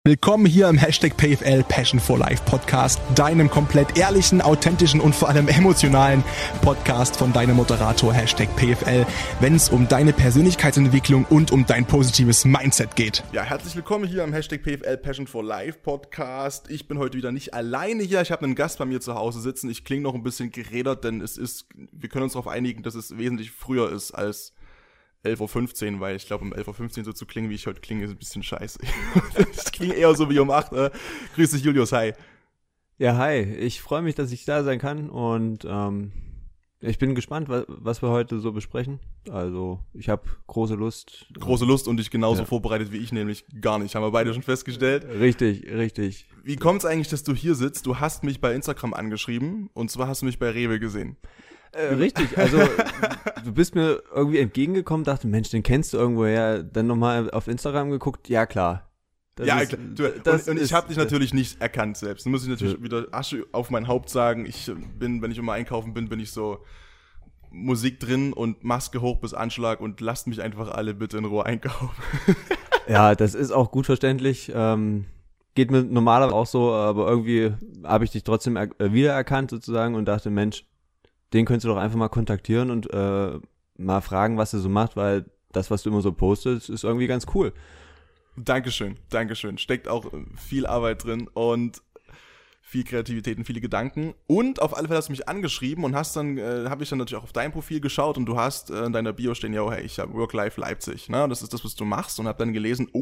Willkommen hier im Hashtag PFL Passion for Life Podcast, deinem komplett ehrlichen, authentischen und vor allem emotionalen Podcast von deinem Moderator Hashtag PFL, wenn es um deine Persönlichkeitsentwicklung und um dein positives Mindset geht. Ja, herzlich willkommen hier im Hashtag PFL Passion for Life Podcast. Ich bin heute wieder nicht alleine hier, ich habe einen Gast bei mir zu Hause sitzen. Ich klinge noch ein bisschen gerädert, denn wir können uns darauf einigen, dass es wesentlich früher ist als 11.15 Uhr, weil ich glaube, um 11.15 Uhr so zu klingen, wie ich heute klinge, ist ein bisschen scheiße. Ich klinge eher so wie um 8 Uhr. Grüß dich, Julius, hi. Ja, hi. Ich freue mich, dass ich da sein kann und ich bin gespannt, was wir heute so besprechen. Also, ich habe große Lust. Große Lust und dich genauso vorbereitet wie ich, nämlich gar nicht. Haben wir beide schon festgestellt. Richtig. Wie kommt es eigentlich, dass du hier sitzt? Du hast mich bei Instagram angeschrieben und zwar hast du mich bei Rewe gesehen. Richtig, also du bist mir irgendwie entgegengekommen, dachte, Mensch, den kennst du irgendwoher, dann nochmal auf Instagram geguckt, ja klar. Und ich habe dich natürlich nicht erkannt selbst. Dann muss ich natürlich wieder Asche auf mein Haupt sagen. Wenn ich immer einkaufen bin ich so Musik drin und Maske hoch bis Anschlag und lasst mich einfach alle bitte in Ruhe einkaufen. Ja, das ist auch gut verständlich. Geht mir normalerweise auch so, aber irgendwie habe ich dich trotzdem wiedererkannt sozusagen und dachte, Mensch, den könntest du doch einfach mal kontaktieren und mal fragen, was er so macht, weil das, was du immer so postest, ist irgendwie ganz cool. Dankeschön. Steckt auch viel Arbeit drin und viel Kreativität und viele Gedanken. Und auf alle Fälle hast du mich angeschrieben und habe ich dann natürlich auch auf dein Profil geschaut und du hast in deiner Bio stehen, hey, ich habe Work-Life Leipzig. Ne? Das ist das, was du machst und habe dann gelesen,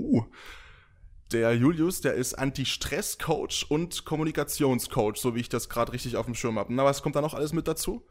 der Julius, der ist Anti-Stress-Coach und Kommunikationscoach, so wie ich das gerade richtig auf dem Schirm habe. Na, was kommt da noch alles mit dazu?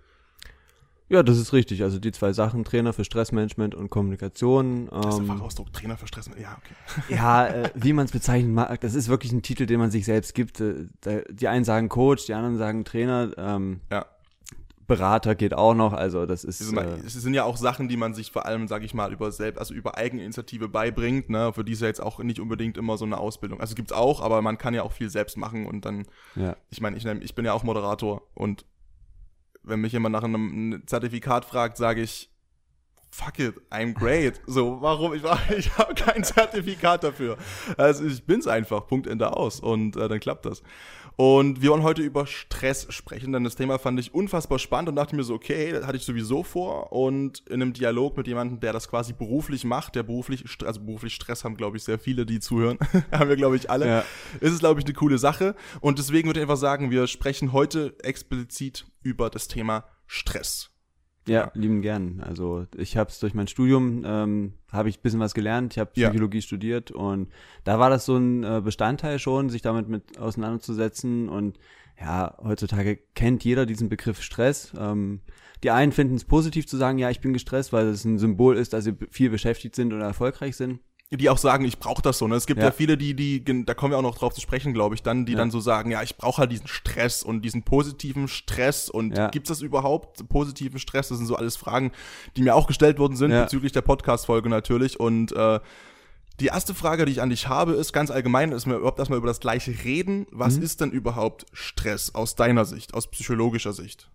Ja, das ist richtig. Also die zwei Sachen, Trainer für Stressmanagement und Kommunikation. Das ist ein Fachausdruck, Trainer für Stressmanagement, ja, okay. Ja, wie man es bezeichnen mag, das ist wirklich ein Titel, den man sich selbst gibt. Die einen sagen Coach, die anderen sagen Trainer. Berater geht auch noch, also das ist... Es sind ja auch Sachen, die man sich vor allem, sage ich mal, über Eigeninitiative beibringt, ne? Für die ist ja jetzt auch nicht unbedingt immer so eine Ausbildung. Also gibt's auch, aber man kann ja auch viel selbst machen und dann, ich meine, ich bin ja auch Moderator und wenn mich jemand nach einem Zertifikat fragt, sage ich, fuck it, I'm great. So, warum? Ich habe kein Zertifikat dafür. Also ich bin's einfach, Punkt, Ende, aus und dann klappt das. Und wir wollen heute über Stress sprechen, denn das Thema fand ich unfassbar spannend und dachte mir so, okay, das hatte ich sowieso vor und in einem Dialog mit jemandem, der das quasi beruflich macht, der beruflich Stress haben, glaube ich, sehr viele, die zuhören, haben wir, glaube ich, alle, ist es, glaube ich, eine coole Sache und deswegen würde ich einfach sagen, wir sprechen heute explizit über das Thema Stress. Ja, lieben gern. Also ich habe es durch mein Studium, habe ich ein bisschen was gelernt. Ich habe Psychologie studiert und da war das so ein Bestandteil schon, sich damit mit auseinanderzusetzen. Und ja, heutzutage kennt jeder diesen Begriff Stress. Die einen finden es positiv zu sagen, ja, ich bin gestresst, weil es ein Symbol ist, dass sie viel beschäftigt sind oder erfolgreich sind. Die auch sagen, ich brauche das so, ne? Es gibt ja viele, die, da kommen wir auch noch drauf zu sprechen, glaube ich, dann, die dann so sagen, ja, ich brauche halt diesen Stress und diesen positiven Stress und gibt's das überhaupt, positiven Stress? Das sind so alles Fragen, die mir auch gestellt worden sind, bezüglich der Podcast-Folge natürlich und die erste Frage, die ich an dich habe, ist ganz allgemein, dass wir überhaupt erstmal über das Gleiche reden. Was ist denn überhaupt Stress aus deiner Sicht, aus psychologischer Sicht?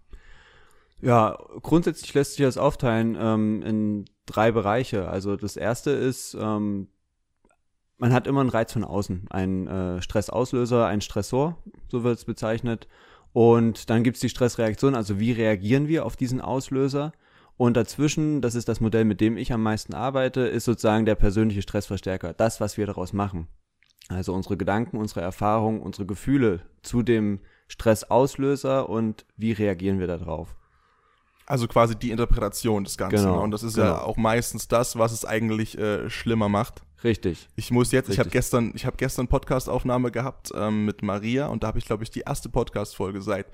Ja, grundsätzlich lässt sich das aufteilen in 3 Bereiche. Also das erste ist, man hat immer einen Reiz von außen, einen Stressauslöser, einen Stressor, so wird es bezeichnet. Und dann gibt es die Stressreaktion, also wie reagieren wir auf diesen Auslöser? Und dazwischen, das ist das Modell, mit dem ich am meisten arbeite, ist sozusagen der persönliche Stressverstärker, das, was wir daraus machen. Also unsere Gedanken, unsere Erfahrungen, unsere Gefühle zu dem Stressauslöser und wie reagieren wir darauf. Also quasi die Interpretation des Ganzen. Genau, und das ist ja auch meistens das, was es eigentlich schlimmer macht. Richtig. Ich habe gestern Podcast-Aufnahme gehabt mit Maria und da habe ich, glaube ich, die erste Podcast-Folge seit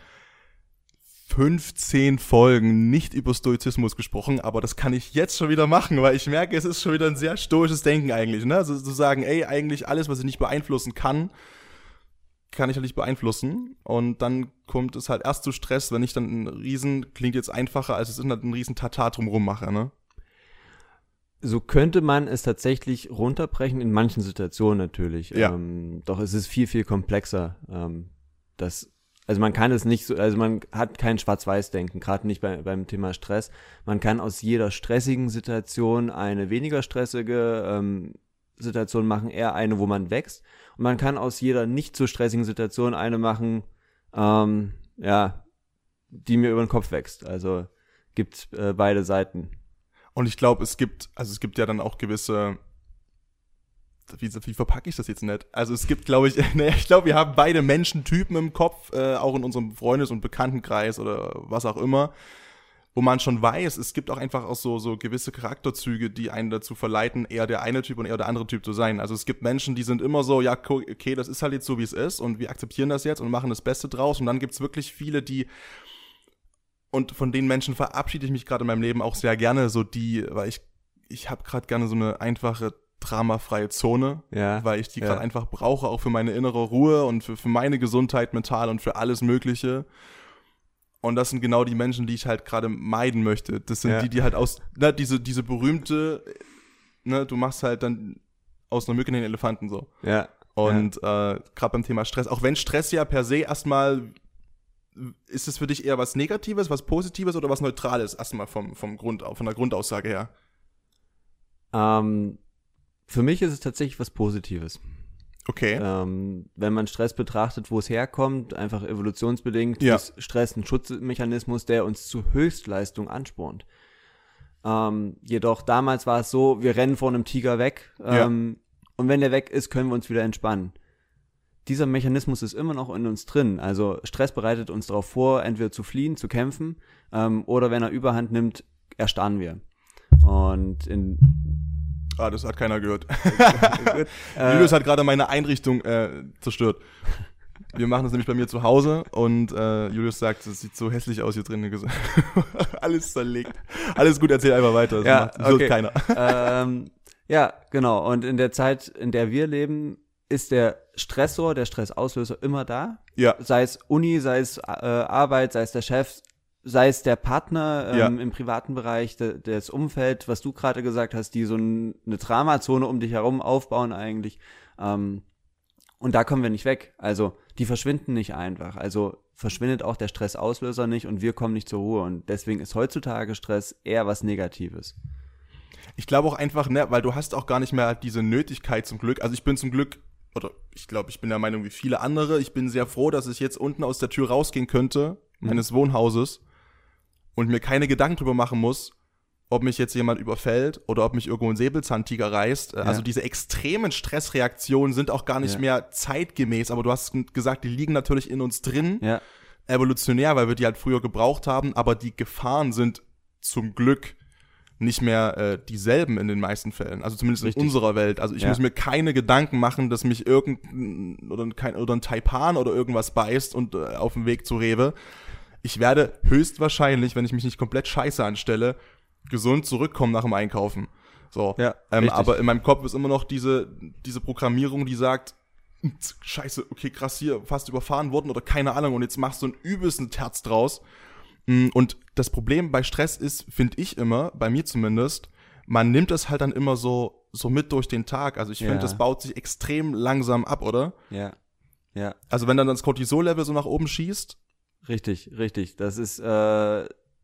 15 Folgen nicht über Stoizismus gesprochen, aber das kann ich jetzt schon wieder machen, weil ich merke, es ist schon wieder ein sehr stoisches Denken eigentlich, ne? Also zu sagen, eigentlich alles, was ich nicht beeinflussen kann ich halt nicht beeinflussen und dann kommt es halt erst zu Stress, wenn ich dann klingt jetzt einfacher, als es einen riesen Tatar drumrum mache, ne? So könnte man es tatsächlich runterbrechen, in manchen Situationen natürlich. Ja. Doch es ist viel, viel komplexer. Also man kann es nicht so, also man hat kein Schwarz-Weiß-Denken, gerade nicht beim Thema Stress. Man kann aus jeder stressigen Situation eine weniger stressige Stresssituation machen, eher eine, wo man wächst. Und man kann aus jeder nicht so stressigen Situation eine machen, die mir über den Kopf wächst. Also gibt beide Seiten. Und ich glaube, es gibt ja dann auch gewisse, wie verpacke ich das jetzt nicht? Also es gibt, glaube ich, wir haben beide Menschentypen im Kopf, auch in unserem Freundes- und Bekanntenkreis oder was auch immer, wo man schon weiß, es gibt auch einfach auch so gewisse Charakterzüge, die einen dazu verleiten, eher der eine Typ und eher der andere Typ zu sein. Also es gibt Menschen, die sind immer so, ja, okay, das ist halt jetzt so, wie es ist und wir akzeptieren das jetzt und machen das Beste draus. Und dann gibt es wirklich viele, und von den Menschen verabschiede ich mich gerade in meinem Leben auch sehr gerne, weil ich habe gerade gerne so eine einfache, dramafreie Zone, weil ich die gerade einfach brauche, auch für meine innere Ruhe und für meine Gesundheit mental und für alles Mögliche. Und das sind genau die Menschen, die ich halt gerade meiden möchte. Das sind die halt diese berühmte, du machst halt dann aus einer Mücke den Elefanten so. Ja. Und gerade beim Thema Stress, auch wenn Stress ja per se erstmal, ist es für dich eher was Negatives, was Positives oder was Neutrales erstmal von der Grundaussage her? Für mich ist es tatsächlich was Positives. Okay. Wenn man Stress betrachtet, wo es herkommt, einfach evolutionsbedingt, ist Stress ein Schutzmechanismus, der uns zu Höchstleistung anspornt. Jedoch damals war es so, wir rennen vor einem Tiger weg und wenn der weg ist, können wir uns wieder entspannen. Dieser Mechanismus ist immer noch in uns drin. Also Stress bereitet uns darauf vor, entweder zu fliehen, zu kämpfen oder wenn er Überhand nimmt, erstarren wir. Und das hat keiner gehört. Julius hat gerade meine Einrichtung zerstört. Wir machen das nämlich bei mir zu Hause und Julius sagt, es sieht so hässlich aus hier drin. Alles zerlegt. Alles gut, erzähl einfach weiter. Das hört keiner. Genau. Und in der Zeit, in der wir leben, ist der Stressor, der Stressauslöser immer da. Ja. Sei es Uni, sei es Arbeit, sei es der Chef, sei es der Partner im privaten Bereich, das Umfeld, was du gerade gesagt hast, die so eine Dramazone um dich herum aufbauen eigentlich. Und da kommen wir nicht weg. Also die verschwinden nicht einfach. Also verschwindet auch der Stressauslöser nicht und wir kommen nicht zur Ruhe. Und deswegen ist heutzutage Stress eher was Negatives. Ich glaube auch einfach, weil du hast auch gar nicht mehr diese Nötigkeit zum Glück. Also ich bin zum Glück, oder ich glaube, ich bin der Meinung wie viele andere, ich bin sehr froh, dass ich jetzt unten aus der Tür rausgehen könnte, meines Wohnhauses, und mir keine Gedanken drüber machen muss, ob mich jetzt jemand überfällt oder ob mich irgendwo ein Säbelzahntiger reißt. Also diese extremen Stressreaktionen sind auch gar nicht mehr zeitgemäß, aber du hast gesagt, die liegen natürlich in uns drin, evolutionär, weil wir die halt früher gebraucht haben, aber die Gefahren sind zum Glück nicht mehr dieselben in den meisten Fällen, also zumindest in unserer Welt. Also ich muss mir keine Gedanken machen, dass mich oder ein Taipan oder irgendwas beißt und auf dem Weg zu Rewe. Ich werde höchstwahrscheinlich, wenn ich mich nicht komplett scheiße anstelle, gesund zurückkommen nach dem Einkaufen. So. Ja, aber in meinem Kopf ist immer noch diese Programmierung, die sagt, scheiße, okay, krass, hier fast überfahren worden oder keine Ahnung und jetzt machst du einen übelsten Terz draus. Und das Problem bei Stress ist, finde ich immer, bei mir zumindest, man nimmt es halt dann immer so mit durch den Tag. Also ich finde, das baut sich extrem langsam ab, oder? Ja. Also wenn dann das Cortisol-Level so nach oben schießt. Richtig. Das ist der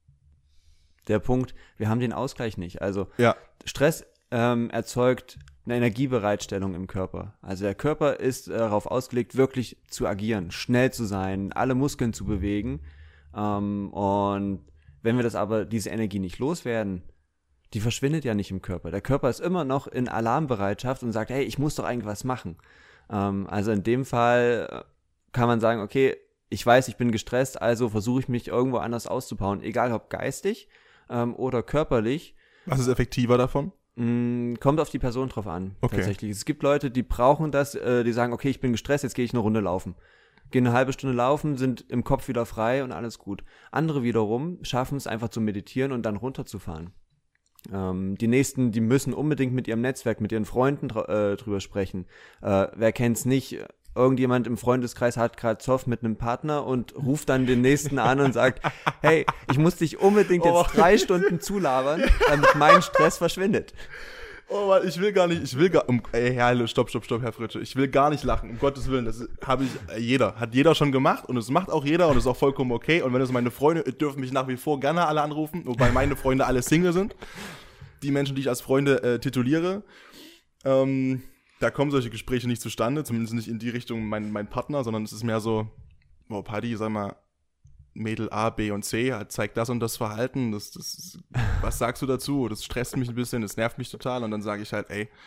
Punkt. Wir haben den Ausgleich nicht. Also Stress erzeugt eine Energiebereitstellung im Körper. Also der Körper ist darauf ausgelegt, wirklich zu agieren, schnell zu sein, alle Muskeln zu bewegen. Und wenn wir diese Energie nicht loswerden, die verschwindet ja nicht im Körper. Der Körper ist immer noch in Alarmbereitschaft und sagt, hey, ich muss doch eigentlich was machen. Also in dem Fall kann man sagen, okay, ich weiß, ich bin gestresst, also versuche ich mich irgendwo anders auszubauen, egal ob geistig oder körperlich. Was ist effektiver davon? Kommt auf die Person drauf an, tatsächlich. Es gibt Leute, die brauchen das, die sagen, okay, ich bin gestresst, jetzt gehe ich eine Runde laufen. Gehen eine halbe Stunde laufen, sind im Kopf wieder frei und alles gut. Andere wiederum schaffen es einfach zu meditieren und dann runterzufahren. Die Nächsten, die müssen unbedingt mit ihrem Netzwerk, mit ihren Freunden drüber sprechen. Wer kennt's nicht? Irgendjemand im Freundeskreis hat gerade Zoff mit einem Partner und ruft dann den Nächsten an und sagt, hey, ich muss dich unbedingt jetzt 3 Stunden zulabern, damit mein Stress verschwindet. Oh Mann, stopp, Herr Fritsche. Ich will gar nicht lachen, um Gottes Willen. Das hat jeder schon gemacht und es macht auch jeder und es ist auch vollkommen okay. Und wenn es meine Freunde, dürfen mich nach wie vor gerne alle anrufen, wobei meine Freunde alle Single sind. Die Menschen, die ich als Freunde tituliere. Da kommen solche Gespräche nicht zustande, zumindest nicht in die Richtung mein Partner, sondern es ist mehr so, boah, Paddy, sag mal, Mädel A, B und C zeigt das und das Verhalten, was sagst du dazu? Das stresst mich ein bisschen, das nervt mich total und dann sage ich halt, ey,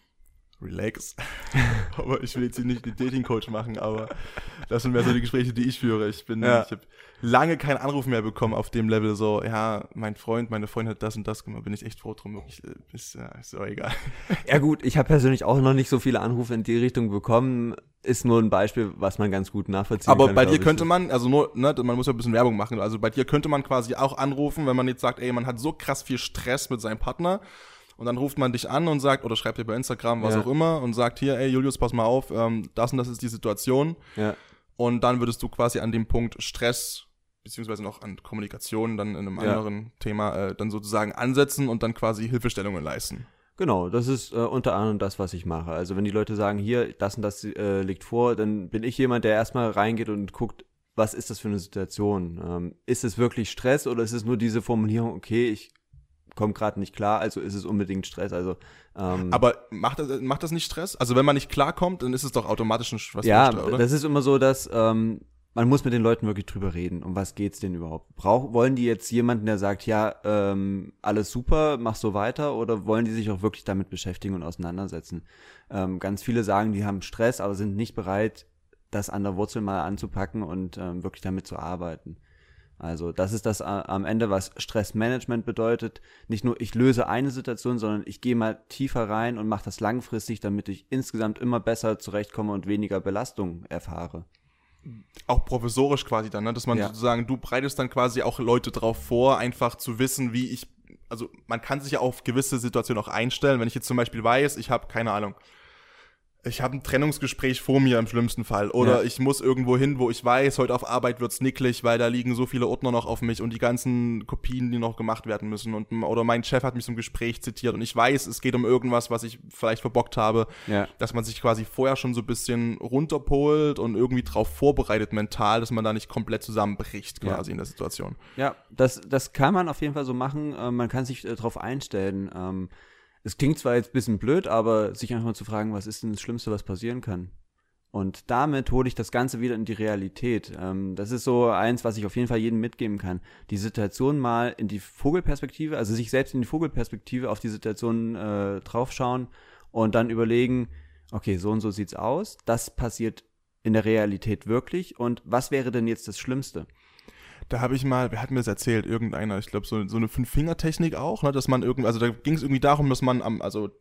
relax. Aber ich will jetzt hier nicht den Dating-Coach machen, aber das sind mehr so die Gespräche, die ich führe. Ich habe lange keinen Anruf mehr bekommen auf dem Level, so, ja, meine Freundin hat das und das gemacht, bin ich echt froh drum. Ist auch egal. Ja gut, ich habe persönlich auch noch nicht so viele Anrufe in die Richtung bekommen. Ist nur ein Beispiel, was man ganz gut nachvollziehen kann. Aber bei dir könnte man, also nur, ne, man muss ja ein bisschen Werbung machen, also bei dir könnte man quasi auch anrufen, wenn man jetzt sagt, ey, man hat so krass viel Stress mit seinem Partner und dann ruft man dich an und sagt, oder schreibt dir bei Instagram, was auch immer und sagt hier, ey Julius, pass mal auf, das und das ist die Situation. Ja. Und dann würdest du quasi an dem Punkt Stress beziehungsweise noch an Kommunikation dann in einem anderen Thema dann sozusagen ansetzen und dann quasi Hilfestellungen leisten. Genau, das ist unter anderem das, was ich mache. Also wenn die Leute sagen, hier, das und das liegt vor, dann bin ich jemand, der erstmal reingeht und guckt, was ist das für eine Situation? Ist es wirklich Stress oder ist es nur diese Formulierung, okay, ich komme gerade nicht klar, also ist es unbedingt Stress. Also aber macht das nicht Stress? Also wenn man nicht klarkommt, dann ist es doch automatisch was oder? Das ist immer so, dass man muss mit den Leuten wirklich drüber reden. Um was geht's denn überhaupt? Wollen die jetzt jemanden, der sagt, ja, alles super, mach so weiter, oder wollen die sich auch wirklich damit beschäftigen und auseinandersetzen? Ganz viele sagen, die haben Stress, aber sind nicht bereit, das an der Wurzel mal anzupacken und wirklich damit zu arbeiten. Also das ist das am Ende, was Stressmanagement bedeutet. Nicht nur, ich löse eine Situation, sondern ich gehe mal tiefer rein und mache das langfristig, damit ich insgesamt immer besser zurechtkomme und weniger Belastung erfahre. Auch professorisch quasi dann, ne? Dass man sozusagen, du bereitest dann quasi auch Leute drauf vor, einfach zu wissen, also man kann sich ja auf gewisse Situationen auch einstellen. Wenn ich jetzt zum Beispiel weiß, ich habe, keine Ahnung, ich habe ein Trennungsgespräch vor mir im schlimmsten Fall oder ich muss irgendwo hin, wo ich weiß, heute auf Arbeit wird's nicklig, weil da liegen so viele Ordner noch auf mich und die ganzen Kopien, die noch gemacht werden müssen oder mein Chef hat mich zum Gespräch zitiert und ich weiß, es geht um irgendwas, was ich vielleicht verbockt habe, dass man sich quasi vorher schon so ein bisschen runterpolt und irgendwie drauf vorbereitet mental, dass man da nicht komplett zusammenbricht quasi in der Situation. Ja, das kann man auf jeden Fall so machen, man kann sich drauf einstellen. Es klingt zwar jetzt ein bisschen blöd, aber sich einfach mal zu fragen, was ist denn das Schlimmste, was passieren kann? Und damit hole ich das Ganze wieder in die Realität. Das ist so eins, was ich auf jeden Fall jedem mitgeben kann. Die Situation mal in die Vogelperspektive, also sich selbst in die Vogelperspektive auf die Situation draufschauen und dann überlegen, okay, so und so sieht's aus. Das passiert in der Realität wirklich. Und was wäre denn jetzt das Schlimmste? Da habe ich mal, wer hat mir das erzählt? Irgendeiner, ich glaube so eine 5-Finger-Technik auch, ne, dass man also da ging es irgendwie darum, dass man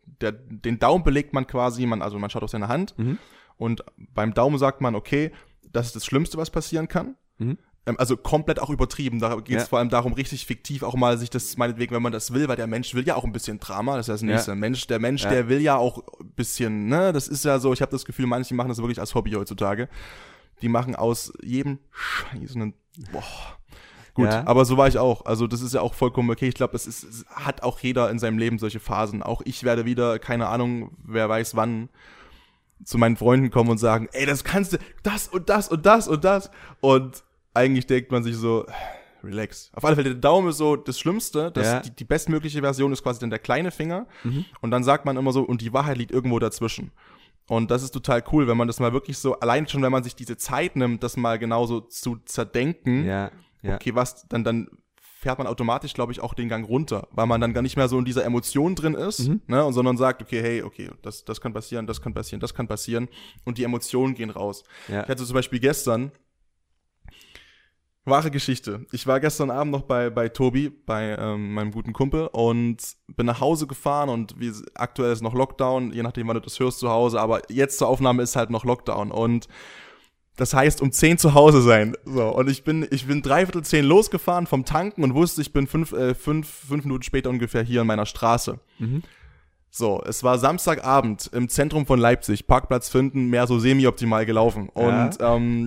den Daumen belegt man quasi, man schaut auf seine Hand und beim Daumen sagt man, okay, das ist das Schlimmste, was passieren kann. Also komplett auch übertrieben, da geht es vor allem darum, richtig fiktiv auch mal sich das, meinetwegen, wenn man das will, weil der Mensch will ja auch ein bisschen Drama, das heißt nicht, der Mensch, der will ja auch ein bisschen, ne, das ist ja so, ich habe das Gefühl, manche machen das wirklich als Hobby heutzutage. Die machen aus jedem Scheiß einen, gut, aber so war ich auch. Also das ist ja auch vollkommen okay. Ich glaube, es hat auch jeder in seinem Leben solche Phasen. Auch ich werde wieder, keine Ahnung, wer weiß wann, zu meinen Freunden kommen und sagen, ey, das kannst du, das und das und das und das. Und eigentlich denkt man sich so, relax. Auf alle Fälle, der Daumen ist so das Schlimmste. Die bestmögliche Version ist quasi dann der kleine Finger. Und dann sagt man immer so, und die Wahrheit liegt irgendwo dazwischen. Und das ist total cool, wenn man das mal wirklich so, allein schon, wenn man sich diese Zeit nimmt, das mal genauso zu zerdenken. Okay, dann fährt man automatisch, glaube ich, auch den Gang runter, weil man dann gar nicht mehr so in dieser Emotion drin ist, ne, sondern sagt, okay, das kann passieren, das kann passieren, das kann passieren und die Emotionen gehen raus. Ich hatte zum Beispiel gestern, wahre Geschichte, ich war gestern Abend noch bei Tobi, bei meinem guten Kumpel und bin nach Hause gefahren und aktuell ist noch Lockdown, je nachdem, wann du das hörst zu Hause, aber jetzt zur Aufnahme ist halt noch Lockdown und das heißt, um 10 zu Hause sein. So, und ich bin 9:45 losgefahren vom Tanken und wusste, ich bin fünf Minuten später ungefähr hier an meiner Straße. So, es war Samstagabend im Zentrum von Leipzig, Parkplatz finden, mehr so semi-optimal gelaufen. Und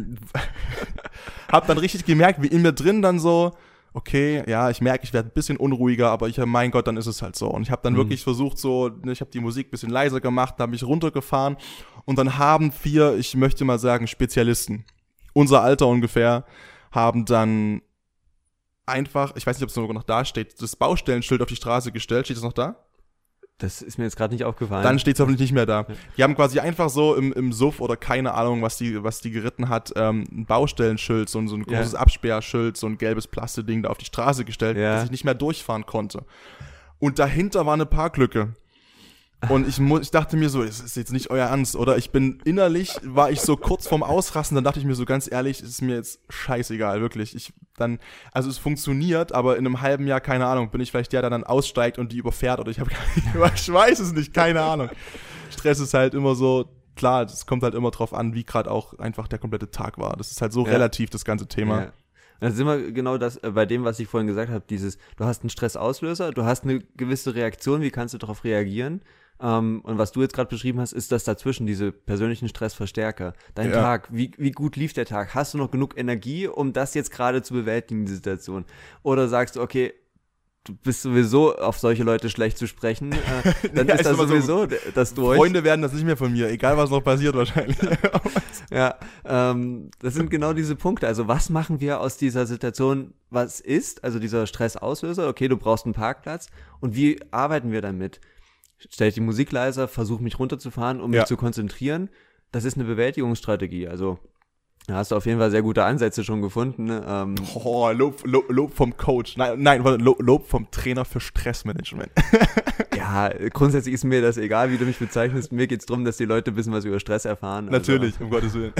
hab dann richtig gemerkt, wie in mir drin dann so, okay, ja, ich merke, ich werde ein bisschen unruhiger, aber mein Gott, dann ist es halt so. Und ich habe dann wirklich versucht, ich habe die Musik ein bisschen leiser gemacht, habe mich runtergefahren und dann haben 4, ich möchte mal sagen, Spezialisten, unser Alter ungefähr, haben dann einfach, ich weiß nicht, ob es noch da steht, das Baustellenschild auf die Straße gestellt. Steht das noch da? Das ist mir jetzt gerade nicht aufgefallen. Dann steht es hoffentlich nicht mehr da. Die haben quasi einfach so im Suff oder keine Ahnung, was die geritten hat, ein Baustellenschild, so ein großes Absperrschild, so ein gelbes Plasteding da auf die Straße gestellt, dass ich nicht mehr durchfahren konnte. Und dahinter war eine Parklücke. Und ich dachte mir so, das ist jetzt nicht euer Ernst, oder? War ich so kurz vorm Ausrasten, dann dachte ich mir so, ganz ehrlich, es ist mir jetzt scheißegal, wirklich. Also es funktioniert, aber in einem halben Jahr, keine Ahnung, bin ich vielleicht der dann aussteigt und die überfährt, oder ich weiß es nicht, keine Ahnung. Stress ist halt immer so, klar, es kommt halt immer drauf an, wie gerade auch einfach der komplette Tag war. Das ist halt so relativ, das ganze Thema. Ja. Dann sind wir genau das bei dem, was ich vorhin gesagt habe, du hast einen Stressauslöser, du hast eine gewisse Reaktion, wie kannst du darauf reagieren? Und was du jetzt gerade beschrieben hast, ist das dazwischen, diese persönlichen Stressverstärker. Dein Tag, wie gut lief der Tag? Hast du noch genug Energie, um das jetzt gerade zu bewältigen, die Situation? Oder sagst du, okay, du bist sowieso auf solche Leute schlecht zu sprechen, dann ist das sowieso das durch. Freunde werden das nicht mehr von mir, egal was noch passiert wahrscheinlich. Ja, das sind genau diese Punkte. Also was machen wir aus dieser Situation, was ist, also dieser Stressauslöser? Okay, du brauchst einen Parkplatz. Und wie arbeiten wir damit? Stell ich die Musik leiser, versuche mich runterzufahren, um mich zu konzentrieren. Das ist eine Bewältigungsstrategie. Also da hast du auf jeden Fall sehr gute Ansätze schon gefunden. Lob vom Coach. Nein, Lob vom Trainer für Stressmanagement. Ja, grundsätzlich ist mir das egal, wie du mich bezeichnest. Mir geht es darum, dass die Leute wissen, was sie über Stress erfahren. Natürlich, um Gottes Willen.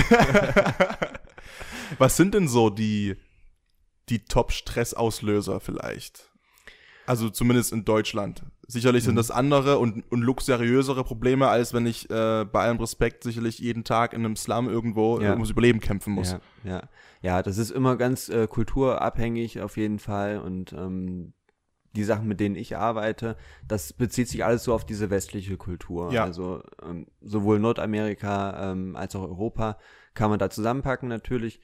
Was sind denn so die Top-Stressauslöser vielleicht? Also zumindest in Deutschland. Sicherlich sind das andere und luxuriösere Probleme, als wenn ich bei allem Respekt sicherlich jeden Tag in einem Slum irgendwo ums Überleben kämpfen muss. Ja, das ist immer ganz kulturabhängig auf jeden Fall und die Sachen, mit denen ich arbeite, das bezieht sich alles so auf diese westliche Kultur. Ja. Also sowohl Nordamerika als auch Europa kann man da zusammenpacken natürlich.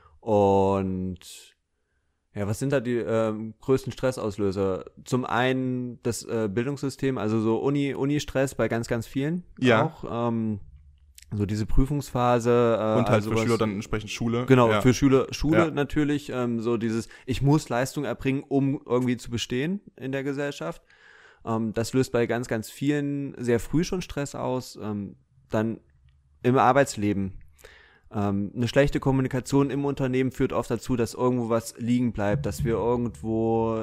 Und ja, was sind da die größten Stressauslöser? Zum einen das Bildungssystem, also so Uni-Stress bei ganz, ganz vielen auch. So diese Prüfungsphase. Und halt für Schüler dann entsprechend Schule. Genau, für Schule natürlich. So dieses, ich muss Leistung erbringen, um irgendwie zu bestehen in der Gesellschaft. Das löst bei ganz, ganz vielen sehr früh schon Stress aus. Dann im Arbeitsleben. Eine schlechte Kommunikation im Unternehmen führt oft dazu, dass irgendwo was liegen bleibt, dass wir irgendwo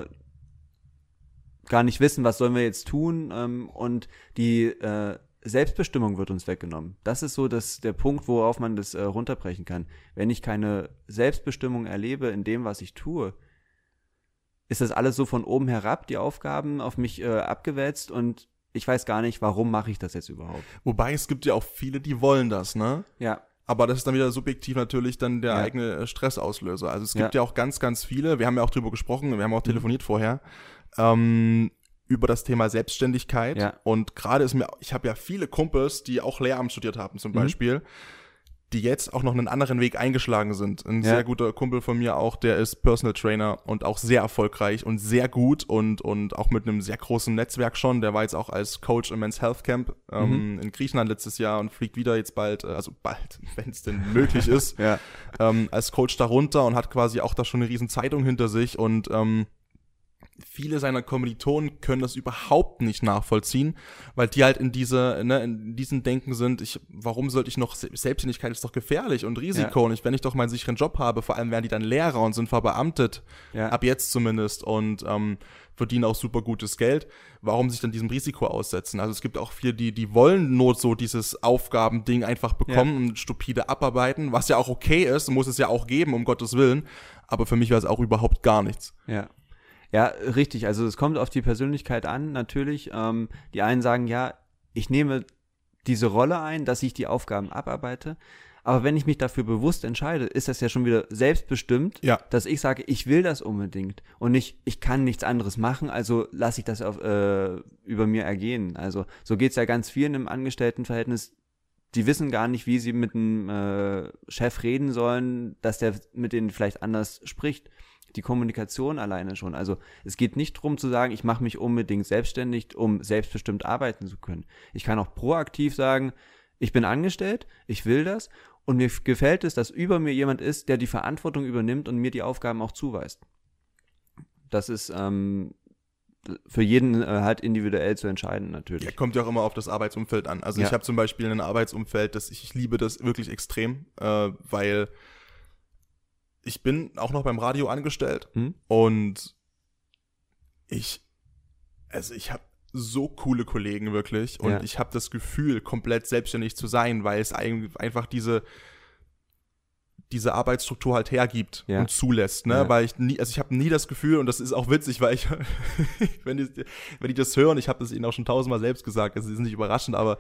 gar nicht wissen, was sollen wir jetzt tun, und die Selbstbestimmung wird uns weggenommen. Das ist so der Punkt, worauf man das runterbrechen kann. Wenn ich keine Selbstbestimmung erlebe in dem, was ich tue, ist das alles so von oben herab, die Aufgaben auf mich abgewälzt, und ich weiß gar nicht, warum mache ich das jetzt überhaupt. Wobei es gibt ja auch viele, die wollen das, ne? Ja. Aber das ist dann wieder subjektiv natürlich dann der eigene Stressauslöser. Also es gibt ja auch ganz, ganz viele, wir haben ja auch drüber gesprochen, wir haben auch telefoniert vorher, über das Thema Selbstständigkeit. Ja. Und gerade ich habe ja viele Kumpels, die auch Lehramt studiert haben zum Beispiel, die jetzt auch noch einen anderen Weg eingeschlagen sind. Ein sehr guter Kumpel von mir auch, der ist Personal Trainer und auch sehr erfolgreich und sehr gut und auch mit einem sehr großen Netzwerk schon. Der war jetzt auch als Coach im Men's Health Camp in Griechenland letztes Jahr und fliegt wieder jetzt bald, wenn es denn möglich ist, als Coach darunter und hat quasi auch da schon eine riesen Zeitung hinter sich und viele seiner Kommilitonen können das überhaupt nicht nachvollziehen, weil die halt in diesen Denken sind, warum sollte ich noch, Selbstständigkeit ist doch gefährlich und Risiko und wenn ich doch meinen sicheren Job habe, vor allem werden die dann Lehrer und sind verbeamtet, ab jetzt zumindest und verdienen auch super gutes Geld, warum sich dann diesem Risiko aussetzen? Also es gibt auch viele, die wollen nur so dieses Aufgabending einfach bekommen und stupide abarbeiten, was ja auch okay ist, muss es ja auch geben, um Gottes Willen, aber für mich wäre es auch überhaupt gar nichts. Ja, richtig. Also es kommt auf die Persönlichkeit an, natürlich. Die einen sagen, ja, ich nehme diese Rolle ein, dass ich die Aufgaben abarbeite. Aber wenn ich mich dafür bewusst entscheide, ist das ja schon wieder selbstbestimmt, dass ich sage, ich will das unbedingt. Und nicht, ich kann nichts anderes machen, also lasse ich das über mir ergehen. Also so geht es ja ganz vielen im Angestelltenverhältnis. Die wissen gar nicht, wie sie mit einem Chef reden sollen, dass der mit denen vielleicht anders spricht. Die Kommunikation alleine schon. Also es geht nicht darum zu sagen, ich mache mich unbedingt selbstständig, um selbstbestimmt arbeiten zu können. Ich kann auch proaktiv sagen, ich bin angestellt, ich will das und mir gefällt es, dass über mir jemand ist, der die Verantwortung übernimmt und mir die Aufgaben auch zuweist. Das ist für jeden halt individuell zu entscheiden natürlich. Ja, kommt ja auch immer auf das Arbeitsumfeld an. Also ich habe zum Beispiel ein Arbeitsumfeld, ich liebe das wirklich extrem, weil ich bin auch noch beim Radio angestellt und ich habe so coole Kollegen wirklich und ich habe das Gefühl, komplett selbstständig zu sein, weil es einfach diese Arbeitsstruktur halt hergibt und zulässt, ne? Ja. Weil ich habe nie das Gefühl, und das ist auch witzig, weil ich, wenn die das hören, ich habe das ihnen auch schon 1000-mal selbst gesagt, es ist nicht überraschend, aber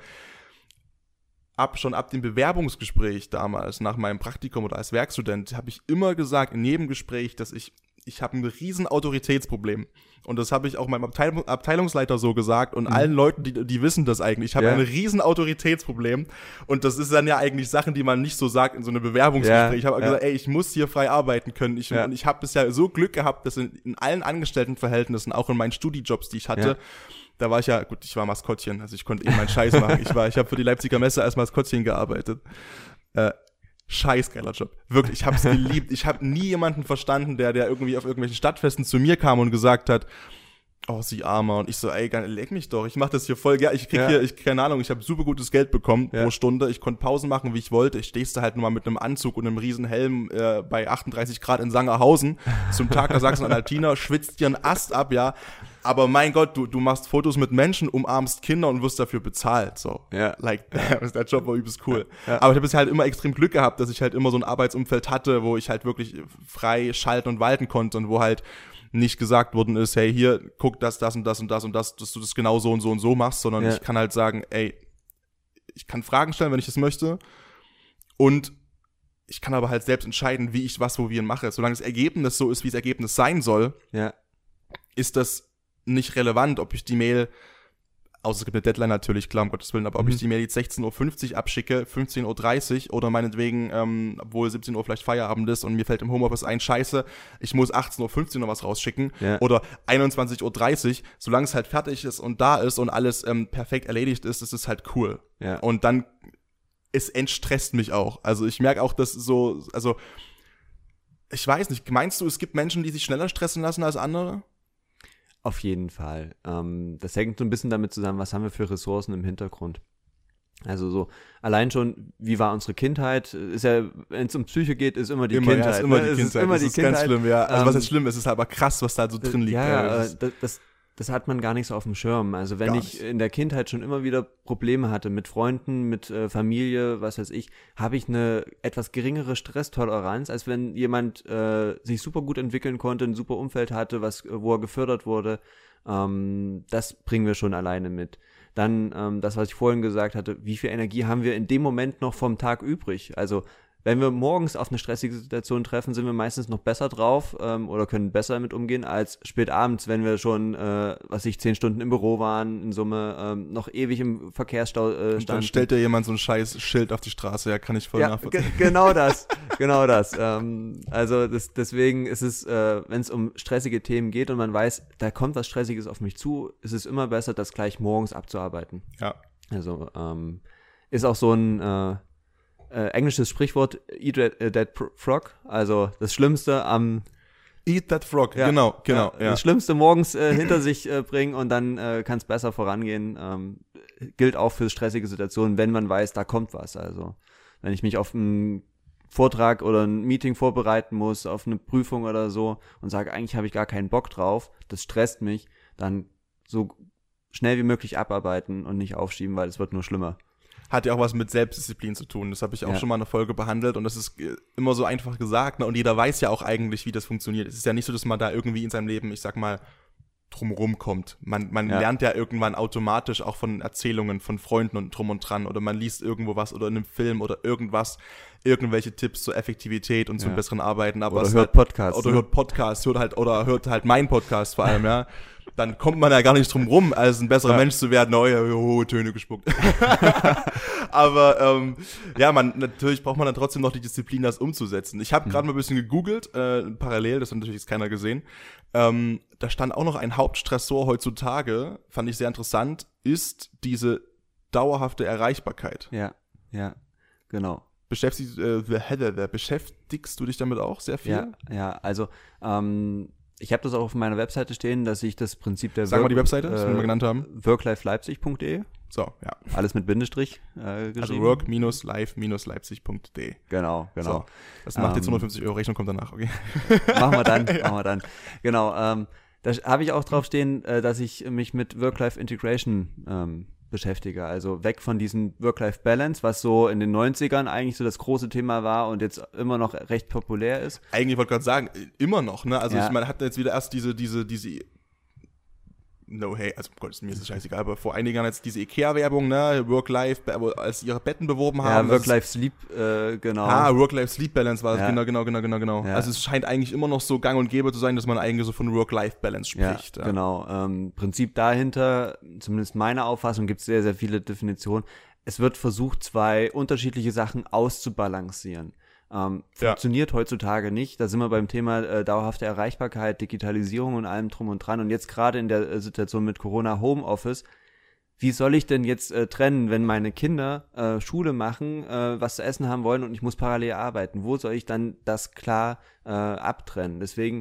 schon ab dem Bewerbungsgespräch damals, nach meinem Praktikum oder als Werkstudent, habe ich immer gesagt, in jedem Gespräch, dass ich habe ein riesen Autoritätsproblem. Und das habe ich auch meinem Abteilungsleiter so gesagt und allen Leuten, die wissen das eigentlich. Ich habe ein riesen Autoritätsproblem. Und das ist dann ja eigentlich Sachen, die man nicht so sagt in so einem Bewerbungsgespräch. Ich habe gesagt, ich muss hier frei arbeiten können. Und ich habe bisher so Glück gehabt, dass in allen Angestelltenverhältnissen, auch in meinen Studijobs, die ich hatte, da war ich ich war Maskottchen, also ich konnte meinen Scheiß machen. Ich habe für die Leipziger Messe als Maskottchen gearbeitet. Scheiß geiler Job. Wirklich, ich hab's geliebt. Ich habe nie jemanden verstanden, der irgendwie auf irgendwelchen Stadtfesten zu mir kam und gesagt hat, oh, sie Armer. Und ich so, ey, leck mich doch. Ich mach das hier voll gerne. Ich krieg hier, keine Ahnung, ich habe super gutes Geld bekommen pro Stunde. Ich konnte Pausen machen, wie ich wollte. Ich stehst da halt nur mal mit einem Anzug und einem riesen Helm bei 38 Grad in Sangerhausen zum Tag der Sachsen-Anhaltiner, schwitzt dir einen Ast ab, Aber mein Gott, du machst Fotos mit Menschen, umarmst Kinder und wirst dafür bezahlt. So. Like, der Job war übelst cool. Aber ich habe bisher halt immer extrem Glück gehabt, dass ich halt immer so ein Arbeitsumfeld hatte, wo ich halt wirklich frei schalten und walten konnte und wo halt nicht gesagt worden ist, hey, hier, guck das und das und das und das, dass du das genau so und so und so machst, sondern ich kann halt sagen, ey, ich kann Fragen stellen, wenn ich das möchte und ich kann aber halt selbst entscheiden, wie ich was, wo wir mache. Solange das Ergebnis so ist, wie das Ergebnis sein soll, ist das nicht relevant, ob ich die Mail, außer es gibt eine Deadline natürlich, klar, um Gottes Willen, aber ob ich die Mail jetzt 16:50 Uhr abschicke, 15:30 Uhr oder meinetwegen, obwohl 17 Uhr vielleicht Feierabend ist und mir fällt im Homeoffice ein, scheiße, ich muss 18:15 Uhr noch was rausschicken oder 21:30 Uhr, solange es halt fertig ist und da ist und alles perfekt erledigt ist, ist es halt cool. Und dann, es entstresst mich auch. Also ich merke auch, dass ich weiß nicht, meinst du, es gibt Menschen, die sich schneller stressen lassen als andere? Auf jeden Fall. Das hängt so ein bisschen damit zusammen, was haben wir für Ressourcen im Hintergrund. Also so, allein schon, wie war unsere Kindheit? Ist ja, wenn es um Psyche geht, ist immer die Kindheit. Ja, ist immer die Kindheit. Das ist ganz schlimm, Also was ist schlimm? Es ist aber krass, was da so drin liegt. Das hat man gar nicht so auf dem Schirm. Also wenn ich in der Kindheit schon immer wieder Probleme hatte mit Freunden, mit Familie, was weiß ich, habe ich eine etwas geringere Stresstoleranz, als wenn jemand sich super gut entwickeln konnte, ein super Umfeld hatte, wo er gefördert wurde. Das bringen wir schon alleine mit. Dann das, was ich vorhin gesagt hatte, wie viel Energie haben wir in dem Moment noch vom Tag übrig? Also wenn wir morgens auf eine stressige Situation treffen, sind wir meistens noch besser drauf oder können besser damit umgehen als spät abends, wenn wir schon, 10 Stunden im Büro waren, in Summe noch ewig im Verkehrsstau standen. Dann stellt dir jemand so ein scheiß Schild auf die Straße, kann ich voll nachvollziehen. Genau das. Deswegen ist es, wenn es um stressige Themen geht und man weiß, da kommt was Stressiges auf mich zu, ist es immer besser, das gleich morgens abzuarbeiten. Ja. Also ist auch so ein englisches Sprichwort, eat that frog, also das Schlimmste am Eat that frog, genau. Das Schlimmste morgens hinter sich bringen und dann kann es besser vorangehen. Gilt auch für stressige Situationen, wenn man weiß, da kommt was. Also wenn ich mich auf einen Vortrag oder ein Meeting vorbereiten muss, auf eine Prüfung oder so und sage, eigentlich habe ich gar keinen Bock drauf, das stresst mich, dann so schnell wie möglich abarbeiten und nicht aufschieben, weil es wird nur schlimmer. Hat ja auch was mit Selbstdisziplin zu tun. Das habe ich auch schon mal in einer Folge behandelt und das ist immer so einfach gesagt, ne? Und jeder weiß ja auch eigentlich, wie das funktioniert. Es ist ja nicht so, dass man da irgendwie in seinem Leben, ich sag mal, drumherum kommt. Man lernt ja irgendwann automatisch auch von Erzählungen von Freunden und drum und dran oder man liest irgendwo was oder in einem Film oder irgendwelche Tipps zur Effektivität und zum besseren Arbeiten. Aber oder hört Podcasts. Hört halt meinen Podcast vor allem, Dann kommt man ja gar nicht drum rum, als ein besserer Mensch zu werden. Hohe Töne gespuckt. Aber natürlich braucht man dann trotzdem noch die Disziplin, das umzusetzen. Ich habe gerade mal ein bisschen gegoogelt, parallel, das hat natürlich jetzt keiner gesehen. Da stand auch noch ein Hauptstressor heutzutage, fand ich sehr interessant, ist diese dauerhafte Erreichbarkeit. Ja, genau. Beschäftigst du dich damit auch sehr viel? Ja, also Ich habe das auch auf meiner Webseite stehen, dass ich das Prinzip der Sagen wir die Webseite, das wir mal genannt haben. worklifeleipzig.de. So, ja. Alles mit Bindestrich geschrieben. Also work-live-leipzig.de. Genau. So, das macht jetzt 150 Euro, Rechnung kommt danach, okay. Machen wir dann. Genau, da habe ich auch drauf stehen, dass ich mich mit Work-Life-Integration beschäftige. Also weg von diesem Work-Life-Balance, was so in den 90ern eigentlich so das große Thema war und jetzt immer noch recht populär ist. Eigentlich wollte ich gerade sagen, immer noch, ne? Also Ja. ich meine, hat jetzt wieder erst diese no, hey, also Gott, mir ist das scheißegal, aber vor einigen Jahren jetzt diese Ikea-Werbung, ne, Work-Life, als ihre Betten beworben haben. Ja, Work-Life-Sleep, genau. Work-Life-Sleep-Balance war das, Ja. genau. Ja. Also es scheint eigentlich immer noch so gang und gäbe zu sein, dass man eigentlich so von Work-Life-Balance spricht. Ja, genau. Prinzip dahinter, zumindest meiner Auffassung, gibt es sehr, sehr viele Definitionen. Es wird versucht, zwei unterschiedliche Sachen auszubalancieren. Funktioniert heutzutage nicht. Da sind wir beim Thema dauerhafte Erreichbarkeit, Digitalisierung und allem drum und dran. Und jetzt gerade in der Situation mit Corona Homeoffice, wie soll ich denn jetzt trennen, wenn meine Kinder Schule machen, was zu essen haben wollen und ich muss parallel arbeiten? Wo soll ich dann das klar abtrennen? Deswegen,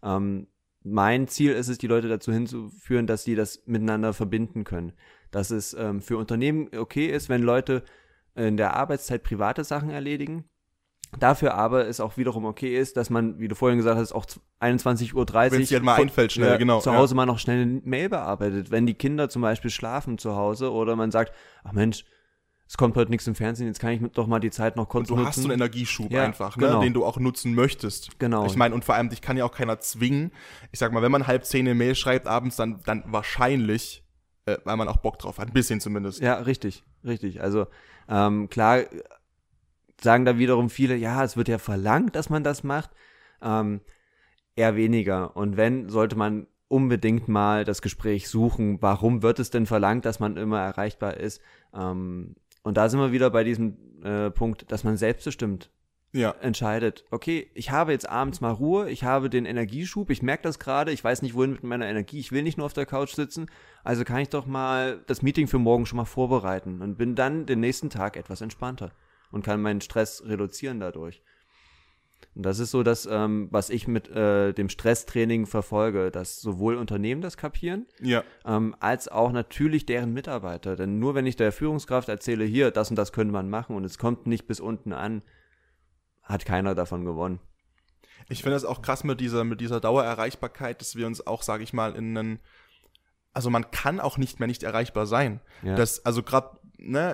mein Ziel ist es, die Leute dazu hinzuführen, dass sie das miteinander verbinden können. Dass es für Unternehmen okay ist, wenn Leute in der Arbeitszeit private Sachen erledigen. Dafür aber es auch wiederum okay ist, dass man, wie du vorhin gesagt hast, auch 21:30 Uhr Wenn es dir halt mal einfällt, schnell, genau. zu Hause mal noch schnell eine Mail bearbeitet. Wenn die Kinder zum Beispiel schlafen zu Hause oder man sagt, ach Mensch, es kommt heute nichts im Fernsehen, jetzt kann ich doch mal die Zeit noch kurz Und du nutzen. hast so einen Energieschub Ja, einfach, genau. ne, den du auch nutzen möchtest. Genau. Ich meine, und vor allem, dich kann ja auch keiner zwingen. Ich sag mal, wenn man 9:30 eine Mail schreibt abends, dann wahrscheinlich, weil man auch Bock drauf hat, ein bisschen zumindest. Ja, richtig. Also klar sagen da wiederum viele, ja, es wird ja verlangt, dass man das macht. Eher weniger. Und wenn, sollte man unbedingt mal das Gespräch suchen. Warum wird es denn verlangt, dass man immer erreichbar ist? Und da sind wir wieder bei diesem Punkt, dass man selbstbestimmt entscheidet. Okay, ich habe jetzt abends mal Ruhe, ich habe den Energieschub, ich merke das gerade, ich weiß nicht, wohin mit meiner Energie, ich will nicht nur auf der Couch sitzen, also kann ich doch mal das Meeting für morgen schon mal vorbereiten und bin dann den nächsten Tag etwas entspannter und kann meinen Stress reduzieren dadurch. Und das ist so das, was ich mit dem Stresstraining verfolge, dass sowohl Unternehmen das kapieren, als auch natürlich deren Mitarbeiter. Denn nur wenn ich der Führungskraft erzähle, hier, das und das könnte man machen und es kommt nicht bis unten an, hat keiner davon gewonnen. Ich finde das auch krass mit dieser Dauererreichbarkeit, dass wir uns auch, sage ich mal, also man kann auch nicht mehr nicht erreichbar sein. Ja. Also gerade, ne,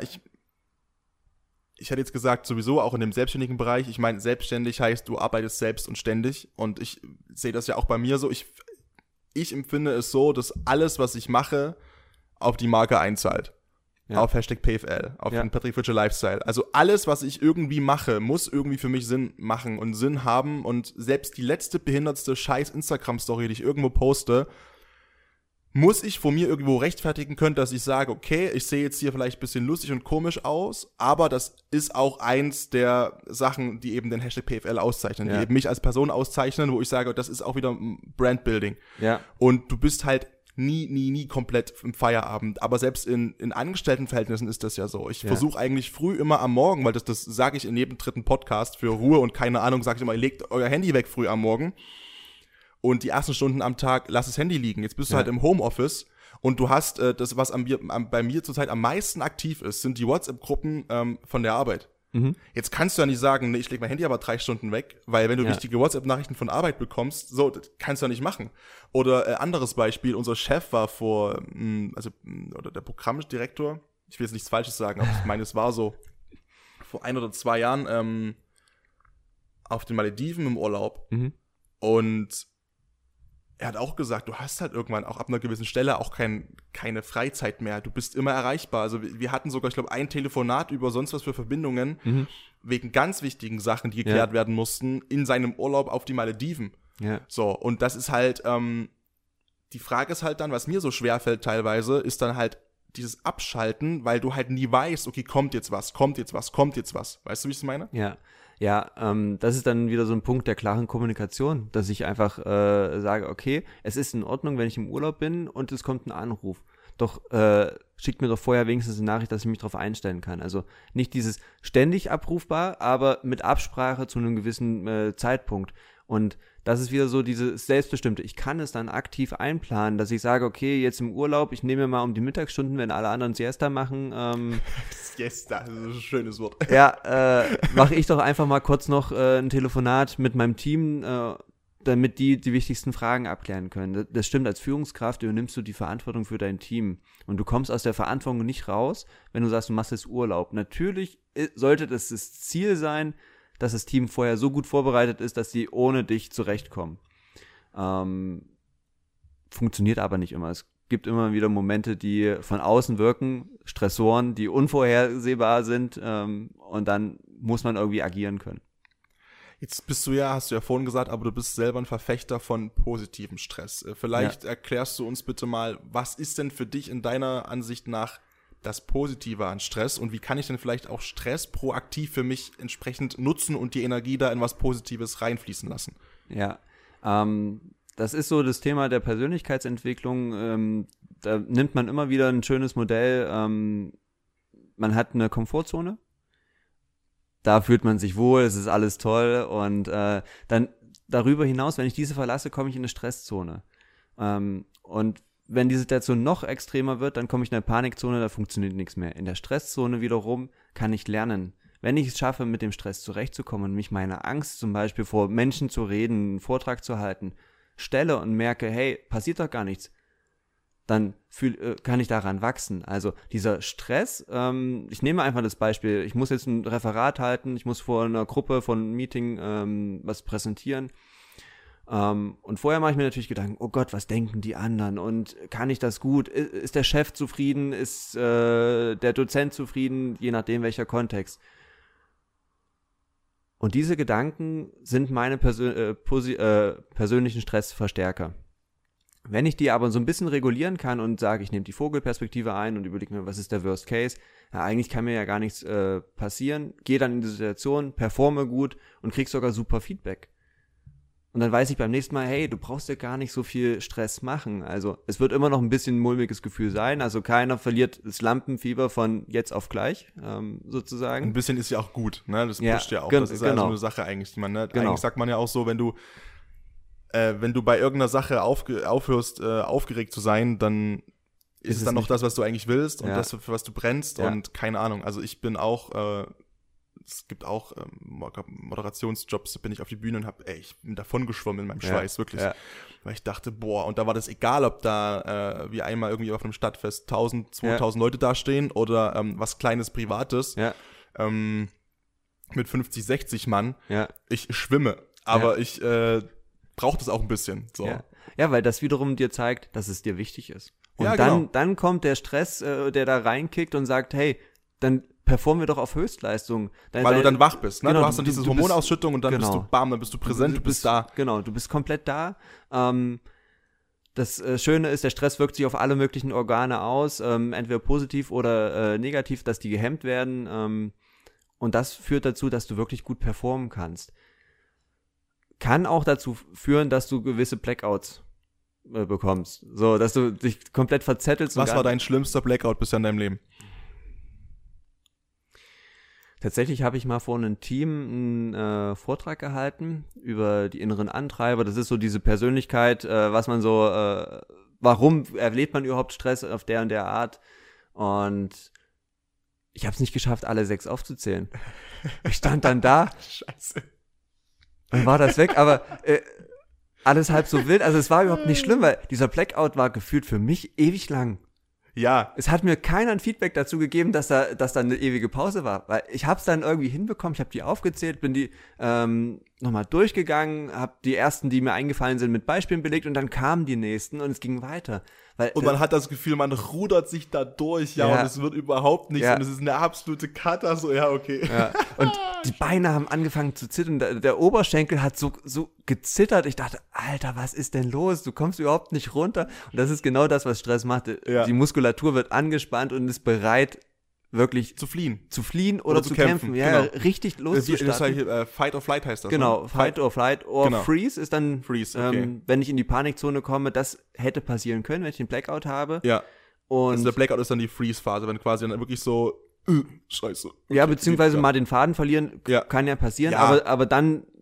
ich hätte jetzt gesagt, sowieso auch in dem selbstständigen Bereich, ich meine, selbstständig heißt, du arbeitest selbst und ständig und ich sehe das ja auch bei mir so, ich empfinde es so, dass alles, was ich mache, auf die Marke einzahlt. Ja. Auf #PFL, auf den Patrick Fritsche Lifestyle. Also alles, was ich irgendwie mache, muss irgendwie für mich Sinn machen und Sinn haben und selbst die letzte behindertste scheiß Instagram-Story, die ich irgendwo poste, muss ich vor mir irgendwo rechtfertigen können, dass ich sage, okay, ich sehe jetzt hier vielleicht ein bisschen lustig und komisch aus, aber das ist auch eins der Sachen, die eben den #PFL auszeichnen, die eben mich als Person auszeichnen, wo ich sage, das ist auch wieder Brandbuilding. Ja. Und du bist halt nie komplett im Feierabend, aber selbst in Angestelltenverhältnissen ist das ja so. Ich versuche eigentlich früh immer am Morgen, weil das sage ich in jedem dritten Podcast für Ruhe und keine Ahnung, sage ich immer, legt euer Handy weg früh am Morgen. Und die ersten Stunden am Tag, lass das Handy liegen. Jetzt bist du halt im Homeoffice und du hast das, was bei mir zurzeit am meisten aktiv ist, sind die WhatsApp-Gruppen von der Arbeit. Mhm. Jetzt kannst du ja nicht sagen, nee, ich lege mein Handy aber 3 Stunden weg, weil wenn du wichtige WhatsApp-Nachrichten von Arbeit bekommst, so, das kannst du ja nicht machen. Oder anderes Beispiel, unser Chef war oder der Programmdirektor, ich will jetzt nichts Falsches sagen, aber ich meine, es war so, vor 1 oder 2 Jahren auf den Malediven im Urlaub und er hat auch gesagt, du hast halt irgendwann auch ab einer gewissen Stelle auch keine Freizeit mehr. Du bist immer erreichbar. Also wir hatten sogar, ich glaube, ein Telefonat über sonst was für Verbindungen wegen ganz wichtigen Sachen, die geklärt werden mussten, in seinem Urlaub auf die Malediven. Ja. So, und das ist halt, die Frage ist halt dann, was mir so schwerfällt teilweise, ist dann halt dieses Abschalten, weil du halt nie weißt, okay, kommt jetzt was. Weißt du, wie ich es meine? Ja, das ist dann wieder so ein Punkt der klaren Kommunikation, dass ich einfach sage, okay, es ist in Ordnung, wenn ich im Urlaub bin und es kommt ein Anruf. Doch schickt mir doch vorher wenigstens eine Nachricht, dass ich mich darauf einstellen kann. Also nicht dieses ständig abrufbar, aber mit Absprache zu einem gewissen Zeitpunkt. Und das ist wieder so dieses Selbstbestimmte. Ich kann es dann aktiv einplanen, dass ich sage, okay, jetzt im Urlaub, ich nehme mir mal um die Mittagsstunden, wenn alle anderen Siesta machen. Siesta, das ist ein schönes Wort. Ja, mache ich doch einfach mal kurz noch ein Telefonat mit meinem Team, damit die wichtigsten Fragen abklären können. Das stimmt, als Führungskraft übernimmst du die Verantwortung für dein Team. Und du kommst aus der Verantwortung nicht raus, wenn du sagst, du machst jetzt Urlaub. Natürlich sollte das Ziel sein, dass das Team vorher so gut vorbereitet ist, dass sie ohne dich zurechtkommen. Funktioniert aber nicht immer. Es gibt immer wieder Momente, die von außen wirken, Stressoren, die unvorhersehbar sind, und dann muss man irgendwie agieren können. Jetzt hast du ja vorhin gesagt, aber du bist selber ein Verfechter von positivem Stress. Vielleicht erklärst du uns bitte mal, was ist denn für dich in deiner Ansicht nach das Positive an Stress und wie kann ich denn vielleicht auch Stress proaktiv für mich entsprechend nutzen und die Energie da in was Positives reinfließen lassen? Ja, das ist so das Thema der Persönlichkeitsentwicklung. Da nimmt man immer wieder ein schönes Modell. Man hat eine Komfortzone. Da fühlt man sich wohl, es ist alles toll und dann darüber hinaus, wenn ich diese verlasse, komme ich in eine Stresszone. Und wenn die Situation noch extremer wird, dann komme ich in eine Panikzone, da funktioniert nichts mehr. In der Stresszone wiederum kann ich lernen. Wenn ich es schaffe, mit dem Stress zurechtzukommen und mich meiner Angst zum Beispiel vor Menschen zu reden, einen Vortrag zu halten, stelle und merke, hey, passiert doch gar nichts, dann kann ich daran wachsen. Also dieser Stress, ich nehme einfach das Beispiel, ich muss jetzt ein Referat halten, ich muss vor einer Gruppe, von einem Meeting was präsentieren. Und vorher mache ich mir natürlich Gedanken, oh Gott, was denken die anderen und kann ich das gut? Ist der Chef zufrieden? Ist der Dozent zufrieden? Je nachdem, welcher Kontext. Und diese Gedanken sind meine persönlichen Stressverstärker. Wenn ich die aber so ein bisschen regulieren kann und sage, ich nehme die Vogelperspektive ein und überlege mir, was ist der Worst Case? Ja, eigentlich kann mir ja gar nichts passieren. Gehe dann in die Situation, performe gut und krieg sogar super Feedback. Und dann weiß ich beim nächsten Mal, hey, du brauchst ja gar nicht so viel Stress machen. Also es wird immer noch ein bisschen ein mulmiges Gefühl sein. Also keiner verliert das Lampenfieber von jetzt auf gleich, sozusagen. Ein bisschen ist ja auch gut, ne? Das pusht ja auch. Das ist ja so eine Sache eigentlich, die man, ne? Genau. Eigentlich sagt man ja auch so, wenn du bei irgendeiner Sache aufhörst, aufgeregt zu sein, dann ist es dann noch das, was du eigentlich willst und das, für was du brennst und keine Ahnung. Also ich bin auch, es gibt auch Moderationsjobs, da bin ich auf die Bühne und ich bin davon geschwommen in meinem Schweiß, wirklich. Ja. Weil ich dachte, und da war das egal, ob da wie einmal irgendwie auf einem Stadtfest 1000, 2000 Leute dastehen oder was Kleines Privates mit 50, 60 Mann. Ja. Ich schwimme, aber ich brauche das auch ein bisschen. So. Ja, weil das wiederum dir zeigt, dass es dir wichtig ist. Und dann kommt der Stress, der da reinkickt und sagt, hey, dann performen wir doch auf Höchstleistung. Weil du dann wach bist, ne? Genau, du hast dann diese Hormonausschüttung und dann bist du dann bist du präsent, du bist da. Genau, du bist komplett da. Das Schöne ist, der Stress wirkt sich auf alle möglichen Organe aus, entweder positiv oder negativ, dass die gehemmt werden. Und das führt dazu, dass du wirklich gut performen kannst. Kann auch dazu führen, dass du gewisse Blackouts bekommst. So, dass du dich komplett verzettelst. Was war dein schlimmster Blackout bisher in deinem Leben? Tatsächlich habe ich mal vor einem Team einen Vortrag gehalten über die inneren Antreiber. Das ist so diese Persönlichkeit, was man so, warum erlebt man überhaupt Stress auf der und der Art? Und ich habe es nicht geschafft, alle 6 aufzuzählen. Ich stand dann da. Scheiße. Dann war das weg, aber alles halb so wild. Also es war überhaupt nicht schlimm, weil dieser Blackout war gefühlt für mich ewig lang. Ja. Es hat mir keiner ein Feedback dazu gegeben, dass da eine ewige Pause war. Weil ich habe es dann irgendwie hinbekommen, ich habe die aufgezählt, bin die nochmal durchgegangen, habe die ersten, die mir eingefallen sind, mit Beispielen belegt und dann kamen die nächsten und es ging weiter. Und man hat das Gefühl, man rudert sich da durch, und es wird überhaupt nichts und es ist eine absolute Katastrophe, okay. Ja. Und die Beine haben angefangen zu zittern, der Oberschenkel hat so gezittert. Ich dachte, Alter, was ist denn los? Du kommst überhaupt nicht runter. Und das ist genau das, was Stress macht. Ja. Die Muskulatur wird angespannt und ist bereit, wirklich zu fliehen oder zu kämpfen. Ja, genau. Richtig loszustarten. Fight or Flight heißt das. Genau, ne? Fight or Flight or Freeze ist dann, okay. Wenn ich in die Panikzone komme, das hätte passieren können, wenn ich den Blackout habe. Ja. Und also der Blackout ist dann die Freeze-Phase, wenn quasi dann wirklich so, scheiße. Okay, ja, beziehungsweise mal den Faden verlieren, kann ja passieren, aber dann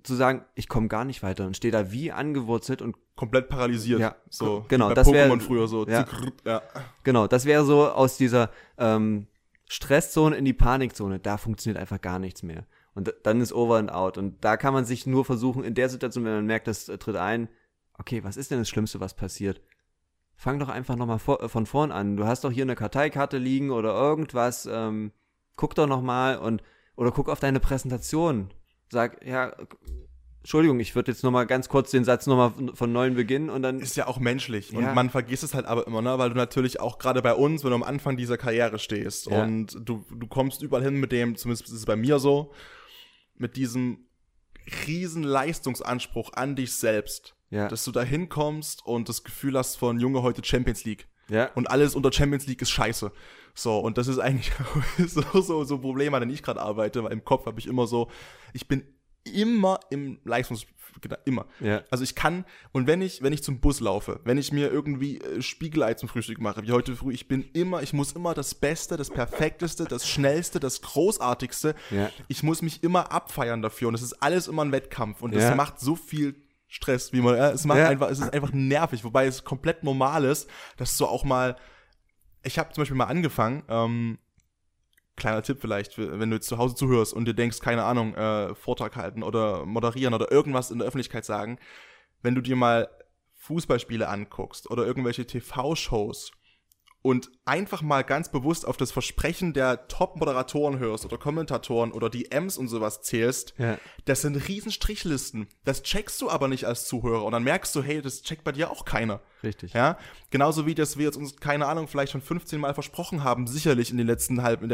zu sagen, ich komme gar nicht weiter und stehe da wie angewurzelt und komplett paralysiert. Ja, so genau. bei Das Pokémon früher so. Ja, ja. Genau, das wäre so aus dieser Stresszone in die Panikzone. Da funktioniert einfach gar nichts mehr. Und dann ist over and out. Und da kann man sich nur versuchen, in der Situation, wenn man merkt, das tritt ein, okay, was ist denn das Schlimmste, was passiert? Fang doch einfach nochmal von vorn an. Du hast doch hier eine Karteikarte liegen oder irgendwas. Guck doch nochmal oder guck auf deine Präsentation. Sag, ja, Entschuldigung, ich würde jetzt nochmal ganz kurz den Satz nochmal von neuem beginnen und dann... Ist ja auch menschlich. Ja. Und man vergisst es halt aber immer, ne? Weil du natürlich auch gerade bei uns, wenn du am Anfang dieser Karriere stehst und du kommst überall hin mit dem, zumindest ist es bei mir so, mit diesem riesen Leistungsanspruch an dich selbst. Ja. Dass du da hinkommst und das Gefühl hast von Junge, heute Champions League. Ja. Und alles unter Champions League ist scheiße. So, und das ist eigentlich so ein Problem, an dem ich gerade arbeite, weil im Kopf habe ich immer so, ich bin immer im immer. Ja. Also ich kann, und wenn ich zum Bus laufe, wenn ich mir irgendwie Spiegelei zum Frühstück mache, wie heute früh, ich muss immer das Beste, das Perfekteste, das Schnellste, das Großartigste, ich muss mich immer abfeiern dafür und es ist alles immer ein Wettkampf und das macht so viel Stress, wie man, es ist einfach nervig, wobei es komplett normal ist, dass du auch mal, ich habe zum Beispiel mal angefangen, kleiner Tipp vielleicht, wenn du jetzt zu Hause zuhörst und dir denkst, keine Ahnung, Vortrag halten oder moderieren oder irgendwas in der Öffentlichkeit sagen, wenn du dir mal Fußballspiele anguckst oder irgendwelche TV-Shows und einfach mal ganz bewusst auf das Versprechen der Top-Moderatoren hörst oder Kommentatoren oder die M's und sowas zählst, das sind riesen Strichlisten. Das checkst du aber nicht als Zuhörer und dann merkst du, hey, das checkt bei dir auch keiner. Richtig. Ja, genauso wie das wir jetzt uns, keine Ahnung, vielleicht schon 15 Mal versprochen haben, sicherlich in der letzten halben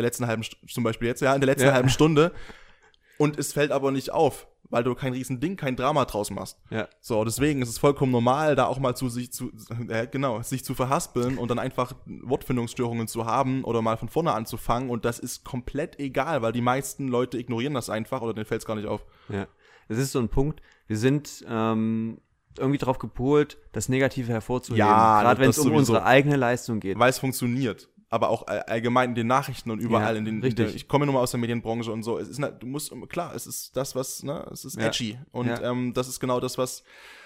Stunde. Und es fällt aber nicht auf, weil du kein Riesending, kein Drama draus machst. Ja. So, deswegen ist es vollkommen normal, da auch mal sich zu verhaspeln und dann einfach Wortfindungsstörungen zu haben oder mal von vorne anzufangen. Und das ist komplett egal, weil die meisten Leute ignorieren das einfach oder denen fällt es gar nicht auf. Ja, das ist so ein Punkt. Wir sind irgendwie darauf gepolt, das Negative hervorzuheben. Ja, gerade wenn es um unsere eigene Leistung geht. Weil es funktioniert. Aber auch allgemein in den Nachrichten und überall ich komme nur mal aus der Medienbranche und so. Es ist, du musst, klar, es ist das, was, ne, es ist edgy. Und das ist genau das, was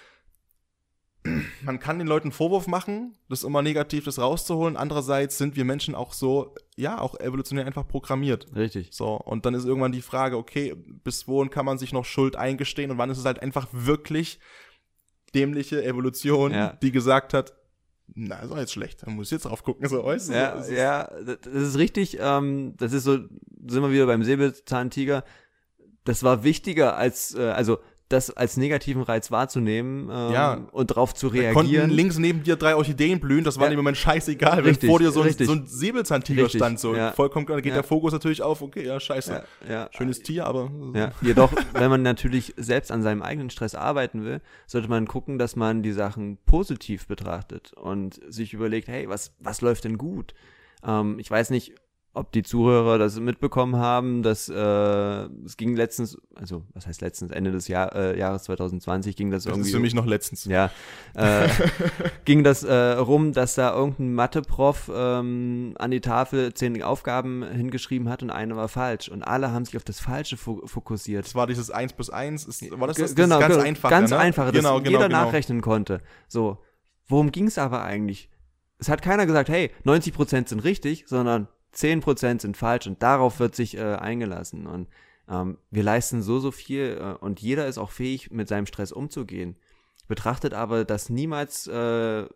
man kann den Leuten Vorwurf machen, das immer negativ das rauszuholen. Andererseits sind wir Menschen auch so, auch evolutionär einfach programmiert. Richtig. So, und dann ist irgendwann die Frage, okay, bis wohin kann man sich noch Schuld eingestehen und wann ist es halt einfach wirklich dämliche Evolution, die gesagt hat, na, ist doch jetzt schlecht, da muss ich jetzt drauf gucken. So, das ist richtig, das ist so, sind wir wieder beim Säbelzahntiger, das war wichtiger als, das als negativen Reiz wahrzunehmen und darauf zu reagieren. Konnten links neben dir 3 Orchideen blühen, das war im Moment scheißegal, wenn vor dir so ein Säbelzahntiger stand, so vollkommen, da geht der Fokus natürlich auf, okay, scheiße, schönes Tier, aber... Ja. Jedoch, wenn man natürlich selbst an seinem eigenen Stress arbeiten will, sollte man gucken, dass man die Sachen positiv betrachtet und sich überlegt, hey, was läuft denn gut? Ich weiß nicht, ob die Zuhörer das mitbekommen haben, dass es ging letztens, also was heißt letztens, Ende des Jahres 2020 ging das irgendwie. Das ist für mich noch letztens. Ja, ging das rum, dass da irgendein Mathe-Prof an die Tafel 10 Aufgaben hingeschrieben hat und eine war falsch und alle haben sich auf das Falsche fokussiert. Das war dieses 1+1, war das genau, ganz einfache, ganz ne? einfache, das jeder nachrechnen konnte. So, worum ging es aber eigentlich? Es hat keiner gesagt, hey, 90% sind richtig, sondern 10% sind falsch und darauf wird sich eingelassen und wir leisten so viel und jeder ist auch fähig, mit seinem Stress umzugehen. Betrachtet aber das niemals von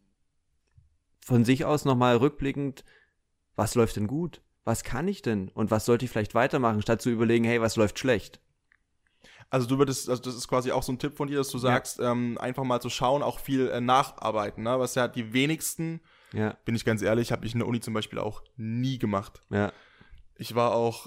sich aus nochmal rückblickend, was läuft denn gut? Was kann ich denn? Und was sollte ich vielleicht weitermachen, statt zu überlegen, hey, was läuft schlecht? Also das ist quasi auch so ein Tipp von dir, dass du sagst, einfach mal zu schauen, auch viel nacharbeiten, ne? Was ja die wenigsten, bin ich ganz ehrlich, habe ich in der Uni zum Beispiel auch nie gemacht. Ja. Ich war auch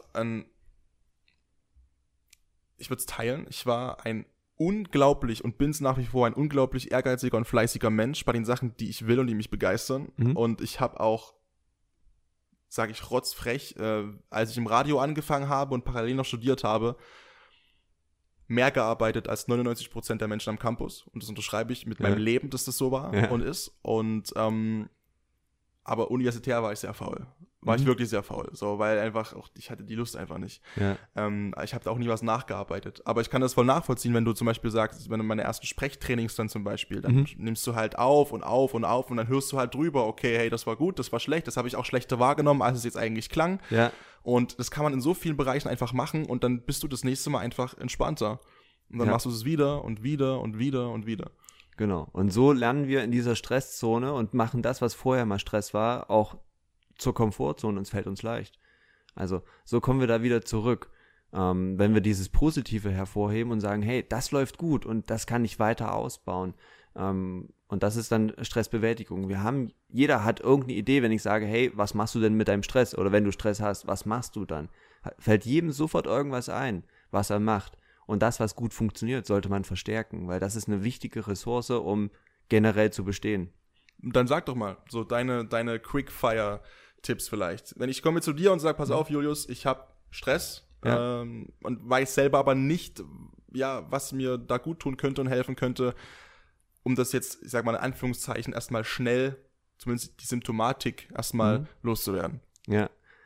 ich würde es teilen, ich war ein unglaublich und bin es nach wie vor ein unglaublich ehrgeiziger und fleißiger Mensch bei den Sachen, die ich will und die mich begeistern. Und ich habe auch, sage ich rotzfrech, als ich im Radio angefangen habe und parallel noch studiert habe, mehr gearbeitet als 99% der Menschen am Campus. Und das unterschreibe ich mit meinem Leben, dass das so war und ist. Und aber universitär war ich sehr faul. war ich wirklich sehr faul, so, weil einfach auch, ich hatte die Lust einfach nicht. Ja. Ich habe da auch nie was nachgearbeitet. Aber ich kann das voll nachvollziehen, wenn du zum Beispiel sagst, wenn du meine ersten Sprechtrainings dann zum Beispiel, dann nimmst du halt auf und dann hörst du halt drüber, okay, hey, das war gut, das war schlecht, das habe ich auch schlechter wahrgenommen, als es jetzt eigentlich klang. Ja. Und das kann man in so vielen Bereichen einfach machen und dann bist du das nächste Mal einfach entspannter. Und dann machst du es wieder und wieder und wieder und wieder. Genau. Und so lernen wir in dieser Stresszone und machen das, was vorher mal Stress war, auch zur Komfortzone und es fällt uns leicht. Also so kommen wir da wieder zurück. Wenn wir dieses Positive hervorheben und sagen, hey, das läuft gut und das kann ich weiter ausbauen. Und das ist dann Stressbewältigung. Jeder hat irgendeine Idee, wenn ich sage, hey, was machst du denn mit deinem Stress? Oder wenn du Stress hast, was machst du dann? Fällt jedem sofort irgendwas ein, was er macht. Und das, was gut funktioniert, sollte man verstärken, weil das ist eine wichtige Ressource, um generell zu bestehen. Dann sag doch mal, so deine Quickfire-Tipps vielleicht. Wenn ich komme zu dir und sage, pass auf, Julius, ich habe Stress und weiß selber aber nicht, was mir da gut tun könnte und helfen könnte, um das jetzt, ich sag mal in Anführungszeichen, erstmal schnell, zumindest die Symptomatik erstmal loszuwerden. Ja.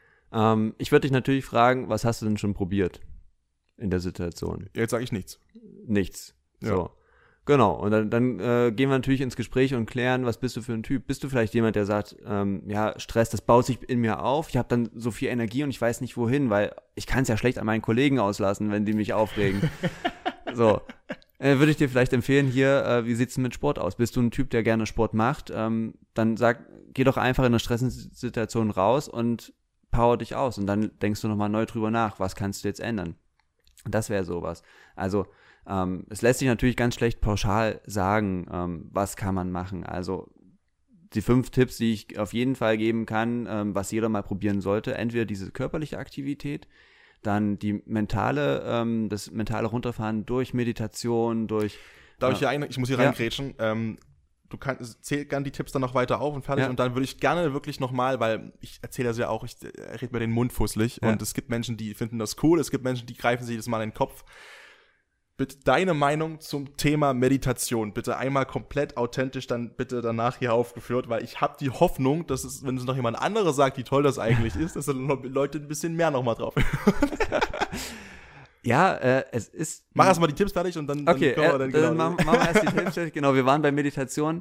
Ich würde dich natürlich fragen, was hast du denn schon probiert in der Situation? Jetzt sage ich nichts. Nichts. Ja. So. Genau. Und dann gehen wir natürlich ins Gespräch und klären, was bist du für ein Typ? Bist du vielleicht jemand, der sagt, Stress, das baut sich in mir auf, ich habe dann so viel Energie und ich weiß nicht wohin, weil ich kann es ja schlecht an meinen Kollegen auslassen, wenn die mich aufregen. So. Würde ich dir vielleicht empfehlen, hier, wie sieht es mit Sport aus? Bist du ein Typ, der gerne Sport macht? Dann geh doch einfach in eine Stresssituation raus und power dich aus. Und dann denkst du nochmal neu drüber nach, was kannst du jetzt ändern? Das wäre sowas. Also, es lässt sich natürlich ganz schlecht pauschal sagen, was kann man machen. Also, die 5 Tipps, die ich auf jeden Fall geben kann, was jeder mal probieren sollte, entweder diese körperliche Aktivität, dann die das mentale Runterfahren durch Meditation, durch... Ich muss hier reingrätschen. Du zähl gerne die Tipps dann noch weiter auf und fertig und dann würde ich gerne wirklich nochmal, weil ich erzähle das ja auch, ich rede mir den Mund fusselig und es gibt Menschen, die finden das cool, es gibt Menschen, die greifen sich das mal in den Kopf. Bitte deine Meinung zum Thema Meditation, bitte einmal komplett authentisch, dann bitte danach hier aufgeführt, weil ich habe die Hoffnung, dass es, wenn es noch jemand anderes sagt, wie toll das eigentlich ist, dass dann Leute ein bisschen mehr nochmal drauf hören. Ja, es ist... Mach erstmal die Tipps fertig und dann okay, können wir dann machen wir erst die Tipps fertig. Genau, wir waren bei Meditation.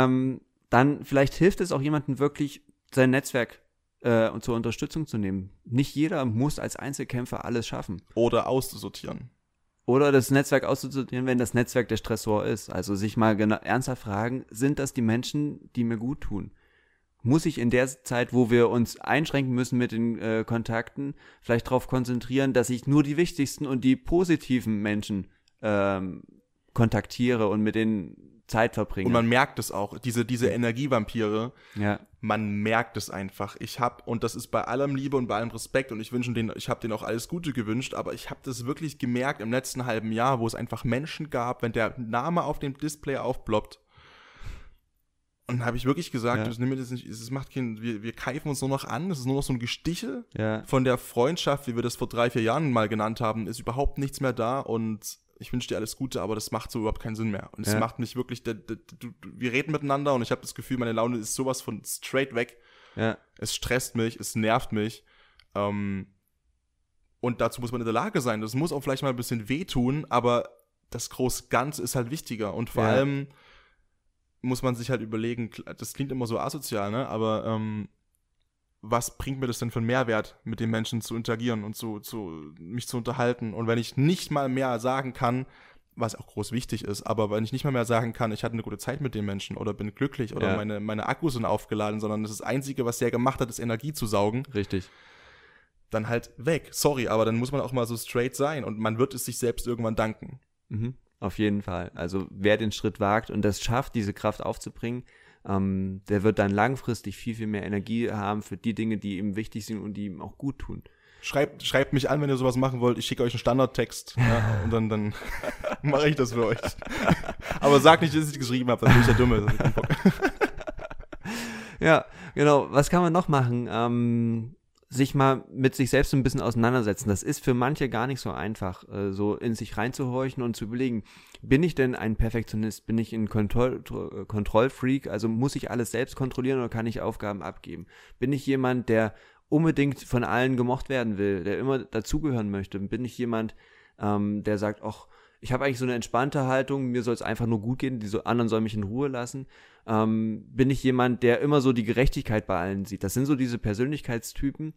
Dann vielleicht hilft es auch jemandem wirklich, sein Netzwerk zur Unterstützung zu nehmen. Nicht jeder muss als Einzelkämpfer alles schaffen. Oder auszusortieren. Oder das Netzwerk auszusortieren, wenn das Netzwerk der Stressor ist. Also sich mal ernsthaft fragen, sind das die Menschen, die mir gut tun? Muss ich in der Zeit, wo wir uns einschränken müssen mit den Kontakten, vielleicht darauf konzentrieren, dass ich nur die wichtigsten und die positiven Menschen kontaktiere und mit denen Zeit verbringe. Und man merkt es auch, diese Energievampire, ja. Man merkt es einfach. Und das ist bei allem Liebe und bei allem Respekt und ich habe denen auch alles Gute gewünscht, aber ich habe das wirklich gemerkt im letzten halben Jahr, wo es einfach Menschen gab, wenn der Name auf dem Display aufploppt. Und dann habe ich wirklich gesagt, das macht wir keifen uns nur noch an, das ist nur noch so ein Gestichel von der Freundschaft, wie wir das vor 3-4 Jahren mal genannt haben, ist überhaupt nichts mehr da und ich wünsche dir alles Gute, aber das macht so überhaupt keinen Sinn mehr. Und es macht mich wirklich, wir reden miteinander und ich habe das Gefühl, meine Laune ist sowas von straight weg. Ja. Es stresst mich, es nervt mich. Und dazu muss man in der Lage sein. Das muss auch vielleicht mal ein bisschen wehtun, aber das große Ganze ist halt wichtiger. Und vor allem muss man sich halt überlegen, das klingt immer so asozial, ne? Aber was bringt mir das denn für einen Mehrwert, mit den Menschen zu interagieren und mich zu unterhalten? Und wenn ich nicht mal mehr sagen kann, was auch groß wichtig ist, aber wenn ich nicht mal mehr sagen kann, ich hatte eine gute Zeit mit den Menschen oder bin glücklich oder meine Akkus sind aufgeladen, sondern das Einzige, was der gemacht hat, ist Energie zu saugen. Richtig. Dann halt weg. Sorry, aber dann muss man auch mal so straight sein und man wird es sich selbst irgendwann danken. Mhm. Auf jeden Fall. Also wer den Schritt wagt und das schafft, diese Kraft aufzubringen, der wird dann langfristig viel, viel mehr Energie haben für die Dinge, die ihm wichtig sind und die ihm auch gut tun. Schreibt mich an, wenn ihr sowas machen wollt. Ich schicke euch einen Standardtext und dann mache ich das für euch. Aber sag nicht, dass ich geschrieben habe, dann bin ich der Dumme. Ja, genau. Was kann man noch machen? Sich mal mit sich selbst ein bisschen auseinandersetzen. Das ist für manche gar nicht so einfach, so in sich reinzuhorchen und zu überlegen, bin ich denn ein Perfektionist? Bin ich ein Kontrollfreak? Also muss ich alles selbst kontrollieren oder kann ich Aufgaben abgeben? Bin ich jemand, der unbedingt von allen gemocht werden will, der immer dazugehören möchte? Bin ich jemand, der sagt, ach, ich habe eigentlich so eine entspannte Haltung, mir soll es einfach nur gut gehen, die anderen sollen mich in Ruhe lassen? Bin ich jemand, der immer so die Gerechtigkeit bei allen sieht? Das sind so diese Persönlichkeitstypen,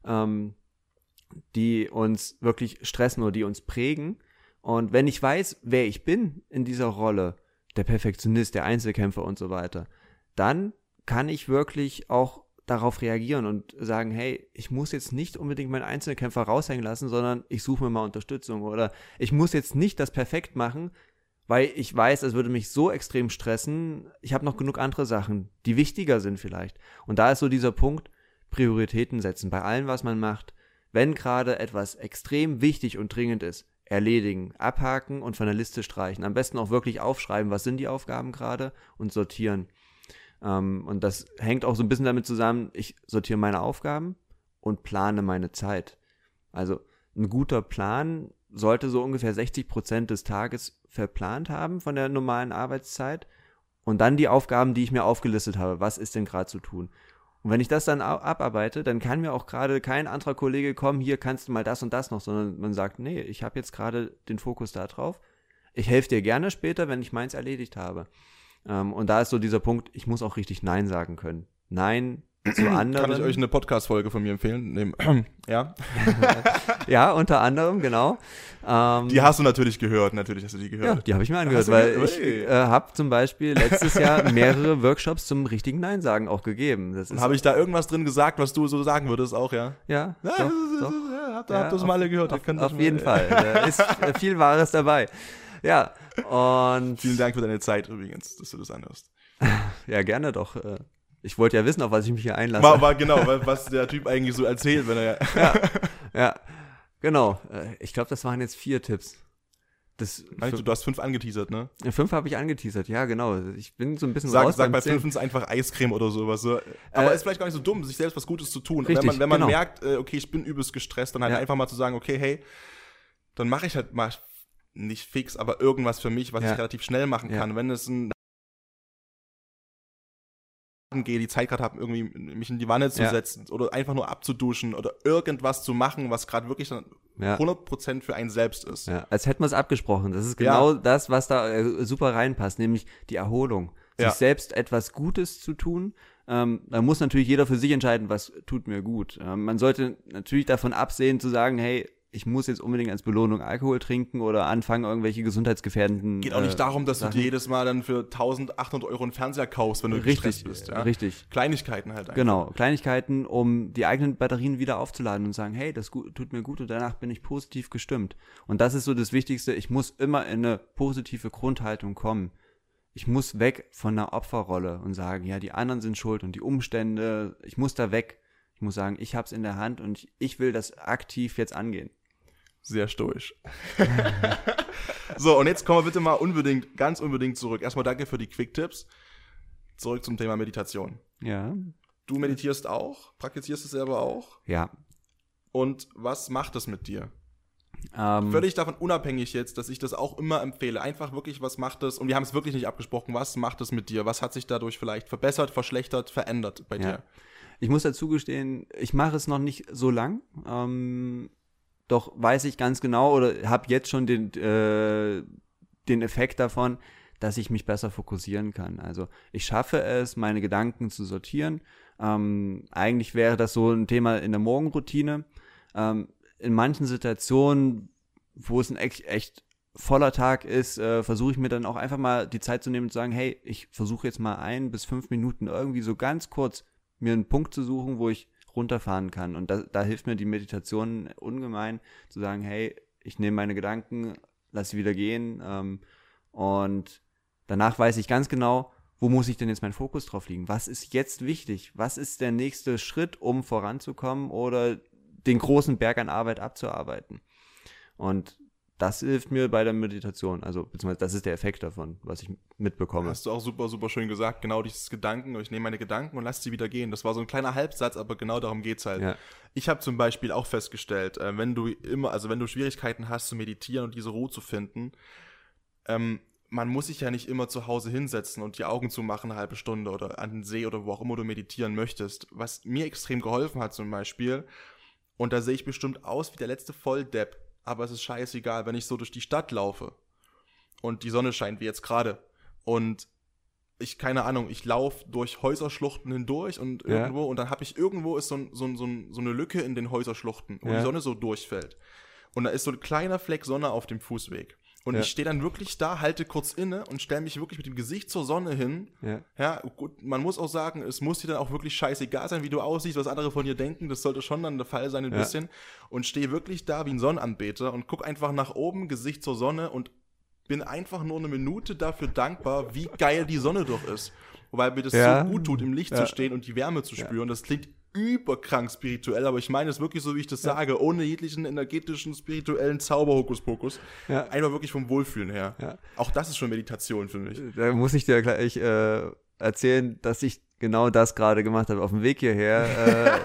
die uns wirklich stressen oder die uns prägen. Und wenn ich weiß, wer ich bin in dieser Rolle, der Perfektionist, der Einzelkämpfer und so weiter, dann kann ich wirklich auch darauf reagieren und sagen, hey, ich muss jetzt nicht unbedingt meinen Einzelkämpfer raushängen lassen, sondern ich suche mir mal Unterstützung, oder ich muss jetzt nicht das perfekt machen, weil ich weiß, es würde mich so extrem stressen, ich habe noch genug andere Sachen, die wichtiger sind vielleicht. Und da ist so dieser Punkt, Prioritäten setzen, bei allem, was man macht. Wenn gerade etwas extrem wichtig und dringend ist, erledigen, abhaken und von der Liste streichen. Am besten auch wirklich aufschreiben, was sind die Aufgaben gerade, und sortieren. Und das hängt auch so ein bisschen damit zusammen, ich sortiere meine Aufgaben und plane meine Zeit. Also ein guter Plan sollte so ungefähr 60% des Tages verplant haben von der normalen Arbeitszeit, und dann die Aufgaben, die ich mir aufgelistet habe, was ist denn gerade zu tun. Und wenn ich das dann abarbeite, dann kann mir auch gerade kein anderer Kollege kommen, hier kannst du mal das und das noch, sondern man sagt, nee, ich habe jetzt gerade den Fokus da drauf. Ich helfe dir gerne später, wenn ich meins erledigt habe. Und da ist so dieser Punkt, ich muss auch richtig Nein sagen können. Nein zu anderen. Kann ich euch eine Podcast-Folge von mir empfehlen? Ja. Ja, unter anderem, genau. Die hast du natürlich gehört, natürlich hast du die gehört. Ja, die habe ich mir angehört, weil ich habe zum Beispiel letztes Jahr mehrere Workshops zum richtigen Nein sagen auch gegeben. Und habe ich da irgendwas drin gesagt, was du so sagen würdest auch, ja? Ja, doch. Habt ihr das mal alle gehört? Auf jeden Fall, da ist viel Wahres dabei. Ja, und vielen Dank für deine Zeit übrigens, dass du das anhörst. Ja, gerne doch. Ich wollte ja wissen, auf was ich mich hier einlasse. War genau, was der Typ eigentlich so erzählt, wenn er ja, genau. Ich glaube, das waren jetzt 4 Tipps. Du hast 5 angeteasert, ne? 5 habe ich angeteasert, ja, genau. Ich bin so ein bisschen raus. Sag bei 5 einfach Eiscreme oder sowas. So. Aber ist vielleicht gar nicht so dumm, sich selbst was Gutes zu tun. Richtig, wenn man merkt, okay, ich bin übelst gestresst, dann halt einfach mal zu sagen, okay, hey, dann mache ich halt mal nicht fix, aber irgendwas für mich, was ich relativ schnell machen kann. Wenn es die Zeit gerade habe, irgendwie mich in die Wanne zu setzen oder einfach nur abzuduschen oder irgendwas zu machen, was gerade wirklich dann 100% für einen selbst ist. Ja, als hätten wir es abgesprochen. Das ist genau das, was da super reinpasst, nämlich die Erholung. Sich selbst etwas Gutes zu tun. Da muss natürlich jeder für sich entscheiden, was tut mir gut. Man sollte natürlich davon absehen zu sagen, hey, ich muss jetzt unbedingt als Belohnung Alkohol trinken oder anfangen, irgendwelche gesundheitsgefährdenden Geht auch nicht darum, dass du dir jedes Mal dann für 1.800 € einen Fernseher kaufst, wenn du gestresst bist. Ja? Richtig. Kleinigkeiten halt einfach. Genau, Kleinigkeiten, um die eigenen Batterien wieder aufzuladen und sagen, hey, das tut mir gut und danach bin ich positiv gestimmt. Und das ist so das Wichtigste, ich muss immer in eine positive Grundhaltung kommen. Ich muss weg von einer Opferrolle und sagen, ja, die anderen sind schuld und die Umstände, ich muss da weg. Ich muss sagen, ich habe es in der Hand und ich will das aktiv jetzt angehen. Sehr stoisch. So, und jetzt kommen wir bitte mal ganz unbedingt zurück. Erstmal danke für die Quick-Tipps. Zurück zum Thema Meditation. Ja. Du meditierst auch? Praktizierst es selber auch? Ja. Und was macht es mit dir? Völlig davon unabhängig jetzt, dass ich das auch immer empfehle. Einfach wirklich, was macht es? Und wir haben es wirklich nicht abgesprochen. Was macht es mit dir? Was hat sich dadurch vielleicht verbessert, verschlechtert, verändert bei dir? Ich muss dazu gestehen, ich mache es noch nicht so lang. Doch weiß ich ganz genau oder habe jetzt schon den Effekt davon, dass ich mich besser fokussieren kann. Also ich schaffe es, meine Gedanken zu sortieren. Eigentlich wäre das so ein Thema in der Morgenroutine. In manchen Situationen, wo es ein echt voller Tag ist, versuche ich mir dann auch einfach mal die Zeit zu nehmen und zu sagen, hey, ich versuche jetzt mal 1 bis 5 Minuten irgendwie so ganz kurz mir einen Punkt zu suchen, wo ich runterfahren kann. Und da hilft mir die Meditation ungemein, zu sagen, hey, ich nehme meine Gedanken, lass sie wieder gehen und danach weiß ich ganz genau, wo muss ich denn jetzt meinen Fokus drauf liegen? Was ist jetzt wichtig? Was ist der nächste Schritt, um voranzukommen oder den großen Berg an Arbeit abzuarbeiten? Und das hilft mir bei der Meditation, also beziehungsweise das ist der Effekt davon, was ich mitbekomme. Hast du auch super, super schön gesagt, genau dieses Gedanken, ich nehme meine Gedanken und lasse sie wieder gehen. Das war so ein kleiner Halbsatz, aber genau darum geht's halt. Ja. Ich habe zum Beispiel auch festgestellt, wenn du Schwierigkeiten hast zu meditieren und diese Ruhe zu finden, man muss sich ja nicht immer zu Hause hinsetzen und die Augen zumachen, eine halbe Stunde oder an den See oder wo auch immer du meditieren möchtest. Was mir extrem geholfen hat zum Beispiel, und da sehe ich bestimmt aus wie der letzte Volldepp, aber es ist scheißegal, wenn ich so durch die Stadt laufe und die Sonne scheint, wie jetzt gerade, und keine Ahnung, ich laufe durch Häuserschluchten hindurch und irgendwo, und dann habe ich irgendwo ist so eine Lücke in den Häuserschluchten, wo die Sonne so durchfällt. Und da ist so ein kleiner Fleck Sonne auf dem Fußweg. Und ich stehe dann wirklich da, halte kurz inne und stelle mich wirklich mit dem Gesicht zur Sonne hin. Ja, gut, man muss auch sagen, es muss dir dann auch wirklich scheißegal sein, wie du aussiehst, was andere von dir denken. Das sollte schon dann der Fall sein, ein bisschen. Und stehe wirklich da wie ein Sonnenanbeter und gucke einfach nach oben, Gesicht zur Sonne, und bin einfach nur eine Minute dafür dankbar, wie geil die Sonne doch ist. Weil mir das so gut tut, im Licht zu stehen und die Wärme zu spüren. Das klingt überkrank spirituell, aber ich meine es wirklich so, wie ich das sage, ohne jeglichen energetischen, spirituellen Zauberhokuspokus. Einfach wirklich vom Wohlfühlen her. Auch das ist schon Meditation für mich. Da muss ich dir gleich erzählen, dass ich genau das gerade gemacht habe auf dem Weg hierher.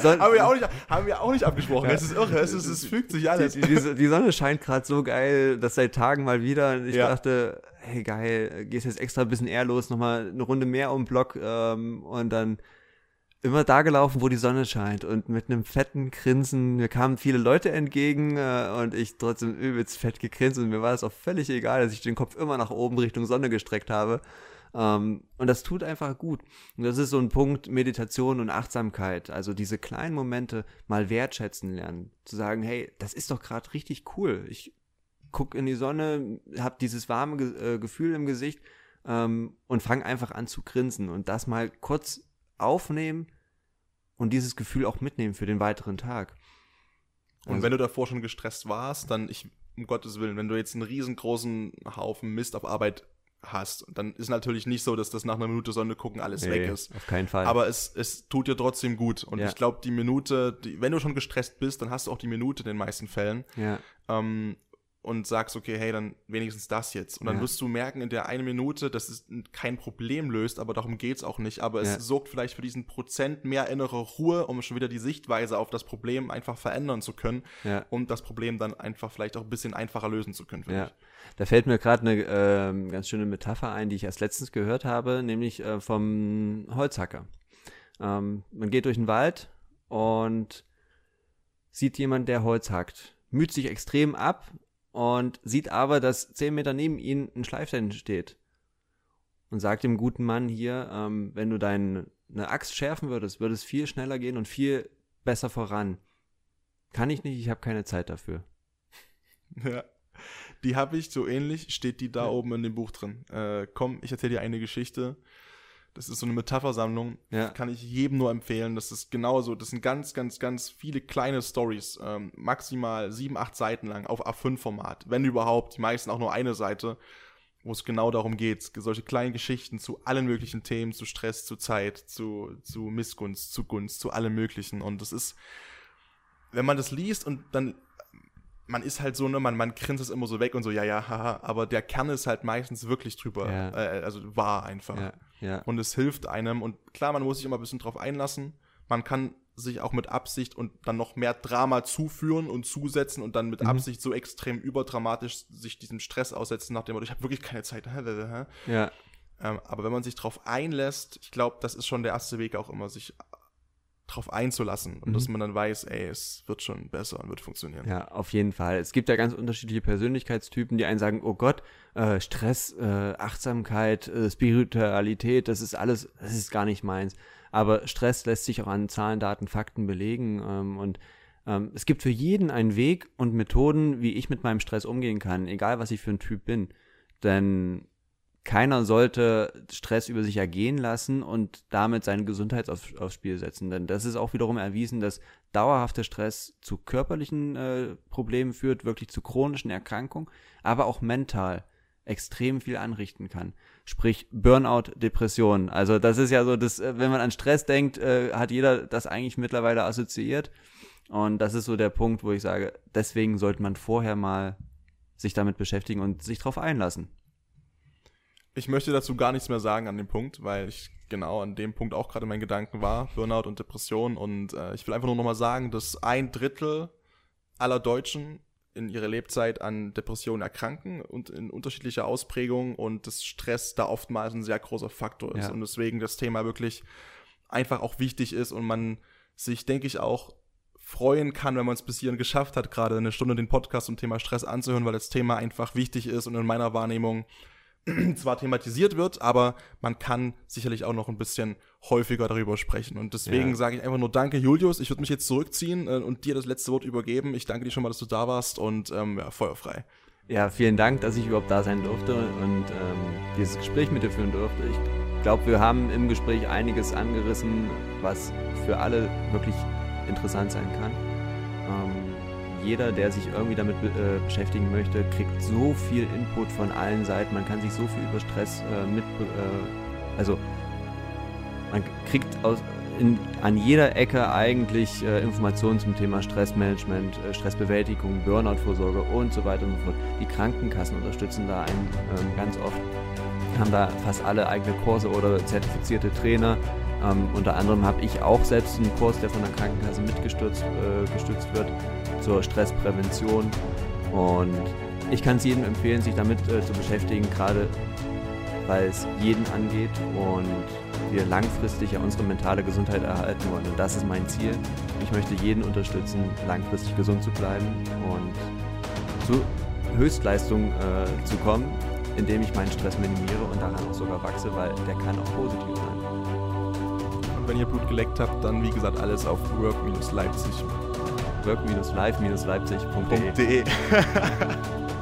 Haben wir auch nicht abgesprochen. Es ist irre, es fügt sich alles. Die Sonne scheint gerade so geil, das seit Tagen mal wieder. Und ich dachte, hey geil, gehst jetzt extra ein bisschen eher los, nochmal eine Runde mehr um den Block und dann immer da gelaufen, wo die Sonne scheint und mit einem fetten Grinsen. Mir kamen viele Leute entgegen und ich trotzdem übelst fett gegrinst und mir war es auch völlig egal, dass ich den Kopf immer nach oben Richtung Sonne gestreckt habe. Und das tut einfach gut. Und das ist so ein Punkt Meditation und Achtsamkeit. Also diese kleinen Momente mal wertschätzen lernen. Zu sagen, hey, das ist doch gerade richtig cool. Ich gucke in die Sonne, habe dieses warme Gefühl im Gesicht und fange einfach an zu grinsen. Und das mal kurz aufnehmen und dieses Gefühl auch mitnehmen für den weiteren Tag. Und wenn du davor schon gestresst warst, dann, um Gottes Willen, wenn du jetzt einen riesengroßen Haufen Mist auf Arbeit hast, dann ist natürlich nicht so, dass das nach einer Minute Sonne gucken alles weg ist. Auf keinen Fall. Aber es tut dir trotzdem gut. Und ich glaube, die Minute, wenn du schon gestresst bist, dann hast du auch die Minute in den meisten Fällen. Und sagst, okay, hey, dann wenigstens das jetzt. Und dann wirst du merken, in der 1 Minute, dass es kein Problem löst, aber darum geht's auch nicht. Aber es sorgt vielleicht für diesen Prozent mehr innere Ruhe, um schon wieder die Sichtweise auf das Problem einfach verändern zu können und das Problem dann einfach vielleicht auch ein bisschen einfacher lösen zu können. Da fällt mir gerade eine ganz schöne Metapher ein, die ich erst letztens gehört habe, nämlich vom Holzhacker. Man geht durch den Wald und sieht jemand, der Holz hackt. Müht sich extrem ab, und sieht aber, dass 10 Meter neben ihm ein Schleifstein steht. Und sagt dem guten Mann hier, wenn du eine Axt schärfen würdest, würde es viel schneller gehen und viel besser voran. Kann ich nicht, ich habe keine Zeit dafür. Ja, die habe ich, so ähnlich, steht die da oben in dem Buch drin. Komm, ich erzähle dir eine Geschichte. Das ist so eine Metaphersammlung, kann ich jedem nur empfehlen. Das ist genauso, das sind ganz, ganz, ganz viele kleine Stories, maximal 7, 8 Seiten lang auf A5-Format, wenn überhaupt, die meisten auch nur eine Seite, wo es genau darum geht, solche kleinen Geschichten zu allen möglichen Themen, zu Stress, zu Zeit, zu Missgunst, zu Gunst, zu allem Möglichen. Und das ist, wenn man das liest und dann, man ist halt so, ne, man grinst es immer so weg und so, haha, aber der Kern ist halt meistens wirklich drüber, also wahr einfach. Und es hilft einem, und klar, man muss sich immer ein bisschen drauf einlassen, man kann sich auch mit Absicht und dann noch mehr Drama zuführen und zusetzen und dann mit Absicht so extrem überdramatisch sich diesem Stress aussetzen, nach dem Motto, ich habe wirklich keine Zeit. Aber wenn man sich drauf einlässt, ich glaube, das ist schon der erste Weg auch immer, sich drauf einzulassen und dass man dann weiß, ey, es wird schon besser und wird funktionieren. Ja, auf jeden Fall. Es gibt ja ganz unterschiedliche Persönlichkeitstypen, die einen sagen, oh Gott, Stress, Achtsamkeit, Spiritualität, das ist alles, das ist gar nicht meins. Aber Stress lässt sich auch an Zahlen, Daten, Fakten belegen und es gibt für jeden einen Weg und Methoden, wie ich mit meinem Stress umgehen kann, egal was ich für ein Typ bin. Denn keiner sollte Stress über sich ergehen lassen und damit seine Gesundheit aufs Spiel setzen. Denn das ist auch wiederum erwiesen, dass dauerhafter Stress zu körperlichen Problemen führt, wirklich zu chronischen Erkrankungen, aber auch mental extrem viel anrichten kann. Sprich Burnout, Depression. Also das ist ja so, wenn man an Stress denkt, hat jeder das eigentlich mittlerweile assoziiert. Und das ist so der Punkt, wo ich sage, deswegen sollte man vorher mal sich damit beschäftigen und sich drauf einlassen. Ich möchte dazu gar nichts mehr sagen an dem Punkt, weil ich genau an dem Punkt auch gerade mein Gedanken war, Burnout und Depression. Und ich will einfach nur nochmal sagen, dass 1/3 aller Deutschen in ihrer Lebzeit an Depressionen erkranken und in unterschiedlicher Ausprägung und das Stress da oftmals ein sehr großer Faktor ist und deswegen das Thema wirklich einfach auch wichtig ist und man sich, denke ich, auch freuen kann, wenn man es bis hierhin geschafft hat, gerade eine Stunde den Podcast zum Thema Stress anzuhören, weil das Thema einfach wichtig ist und in meiner Wahrnehmung zwar thematisiert wird, aber man kann sicherlich auch noch ein bisschen häufiger darüber sprechen. Und deswegen sage ich einfach nur danke, Julius. Ich würde mich jetzt zurückziehen und dir das letzte Wort übergeben. Ich danke dir schon mal, dass du da warst und feuerfrei. Ja, vielen Dank, dass ich überhaupt da sein durfte und dieses Gespräch mit dir führen durfte. Ich glaube, wir haben im Gespräch einiges angerissen, was für alle wirklich interessant sein kann. Jeder, der sich irgendwie damit beschäftigen möchte, kriegt so viel Input von allen Seiten. Man kann sich so viel über Stress also man kriegt an jeder Ecke eigentlich Informationen zum Thema Stressmanagement, Stressbewältigung, Burnout-Vorsorge und so weiter und so fort. Die Krankenkassen unterstützen da einen ganz oft, haben da fast alle eigene Kurse oder zertifizierte Trainer. Unter anderem habe ich auch selbst einen Kurs, der von der Krankenkasse gestützt wird zur Stressprävention und ich kann es jedem empfehlen, sich damit zu beschäftigen, gerade weil es jeden angeht und wir langfristig ja unsere mentale Gesundheit erhalten wollen und das ist mein Ziel. Ich möchte jeden unterstützen, langfristig gesund zu bleiben und zu Höchstleistung zu kommen, indem ich meinen Stress minimiere und daran auch sogar wachse, weil der kann auch positiv sein. Und wenn ihr Blut geleckt habt, dann wie gesagt alles auf work-leipzig.de.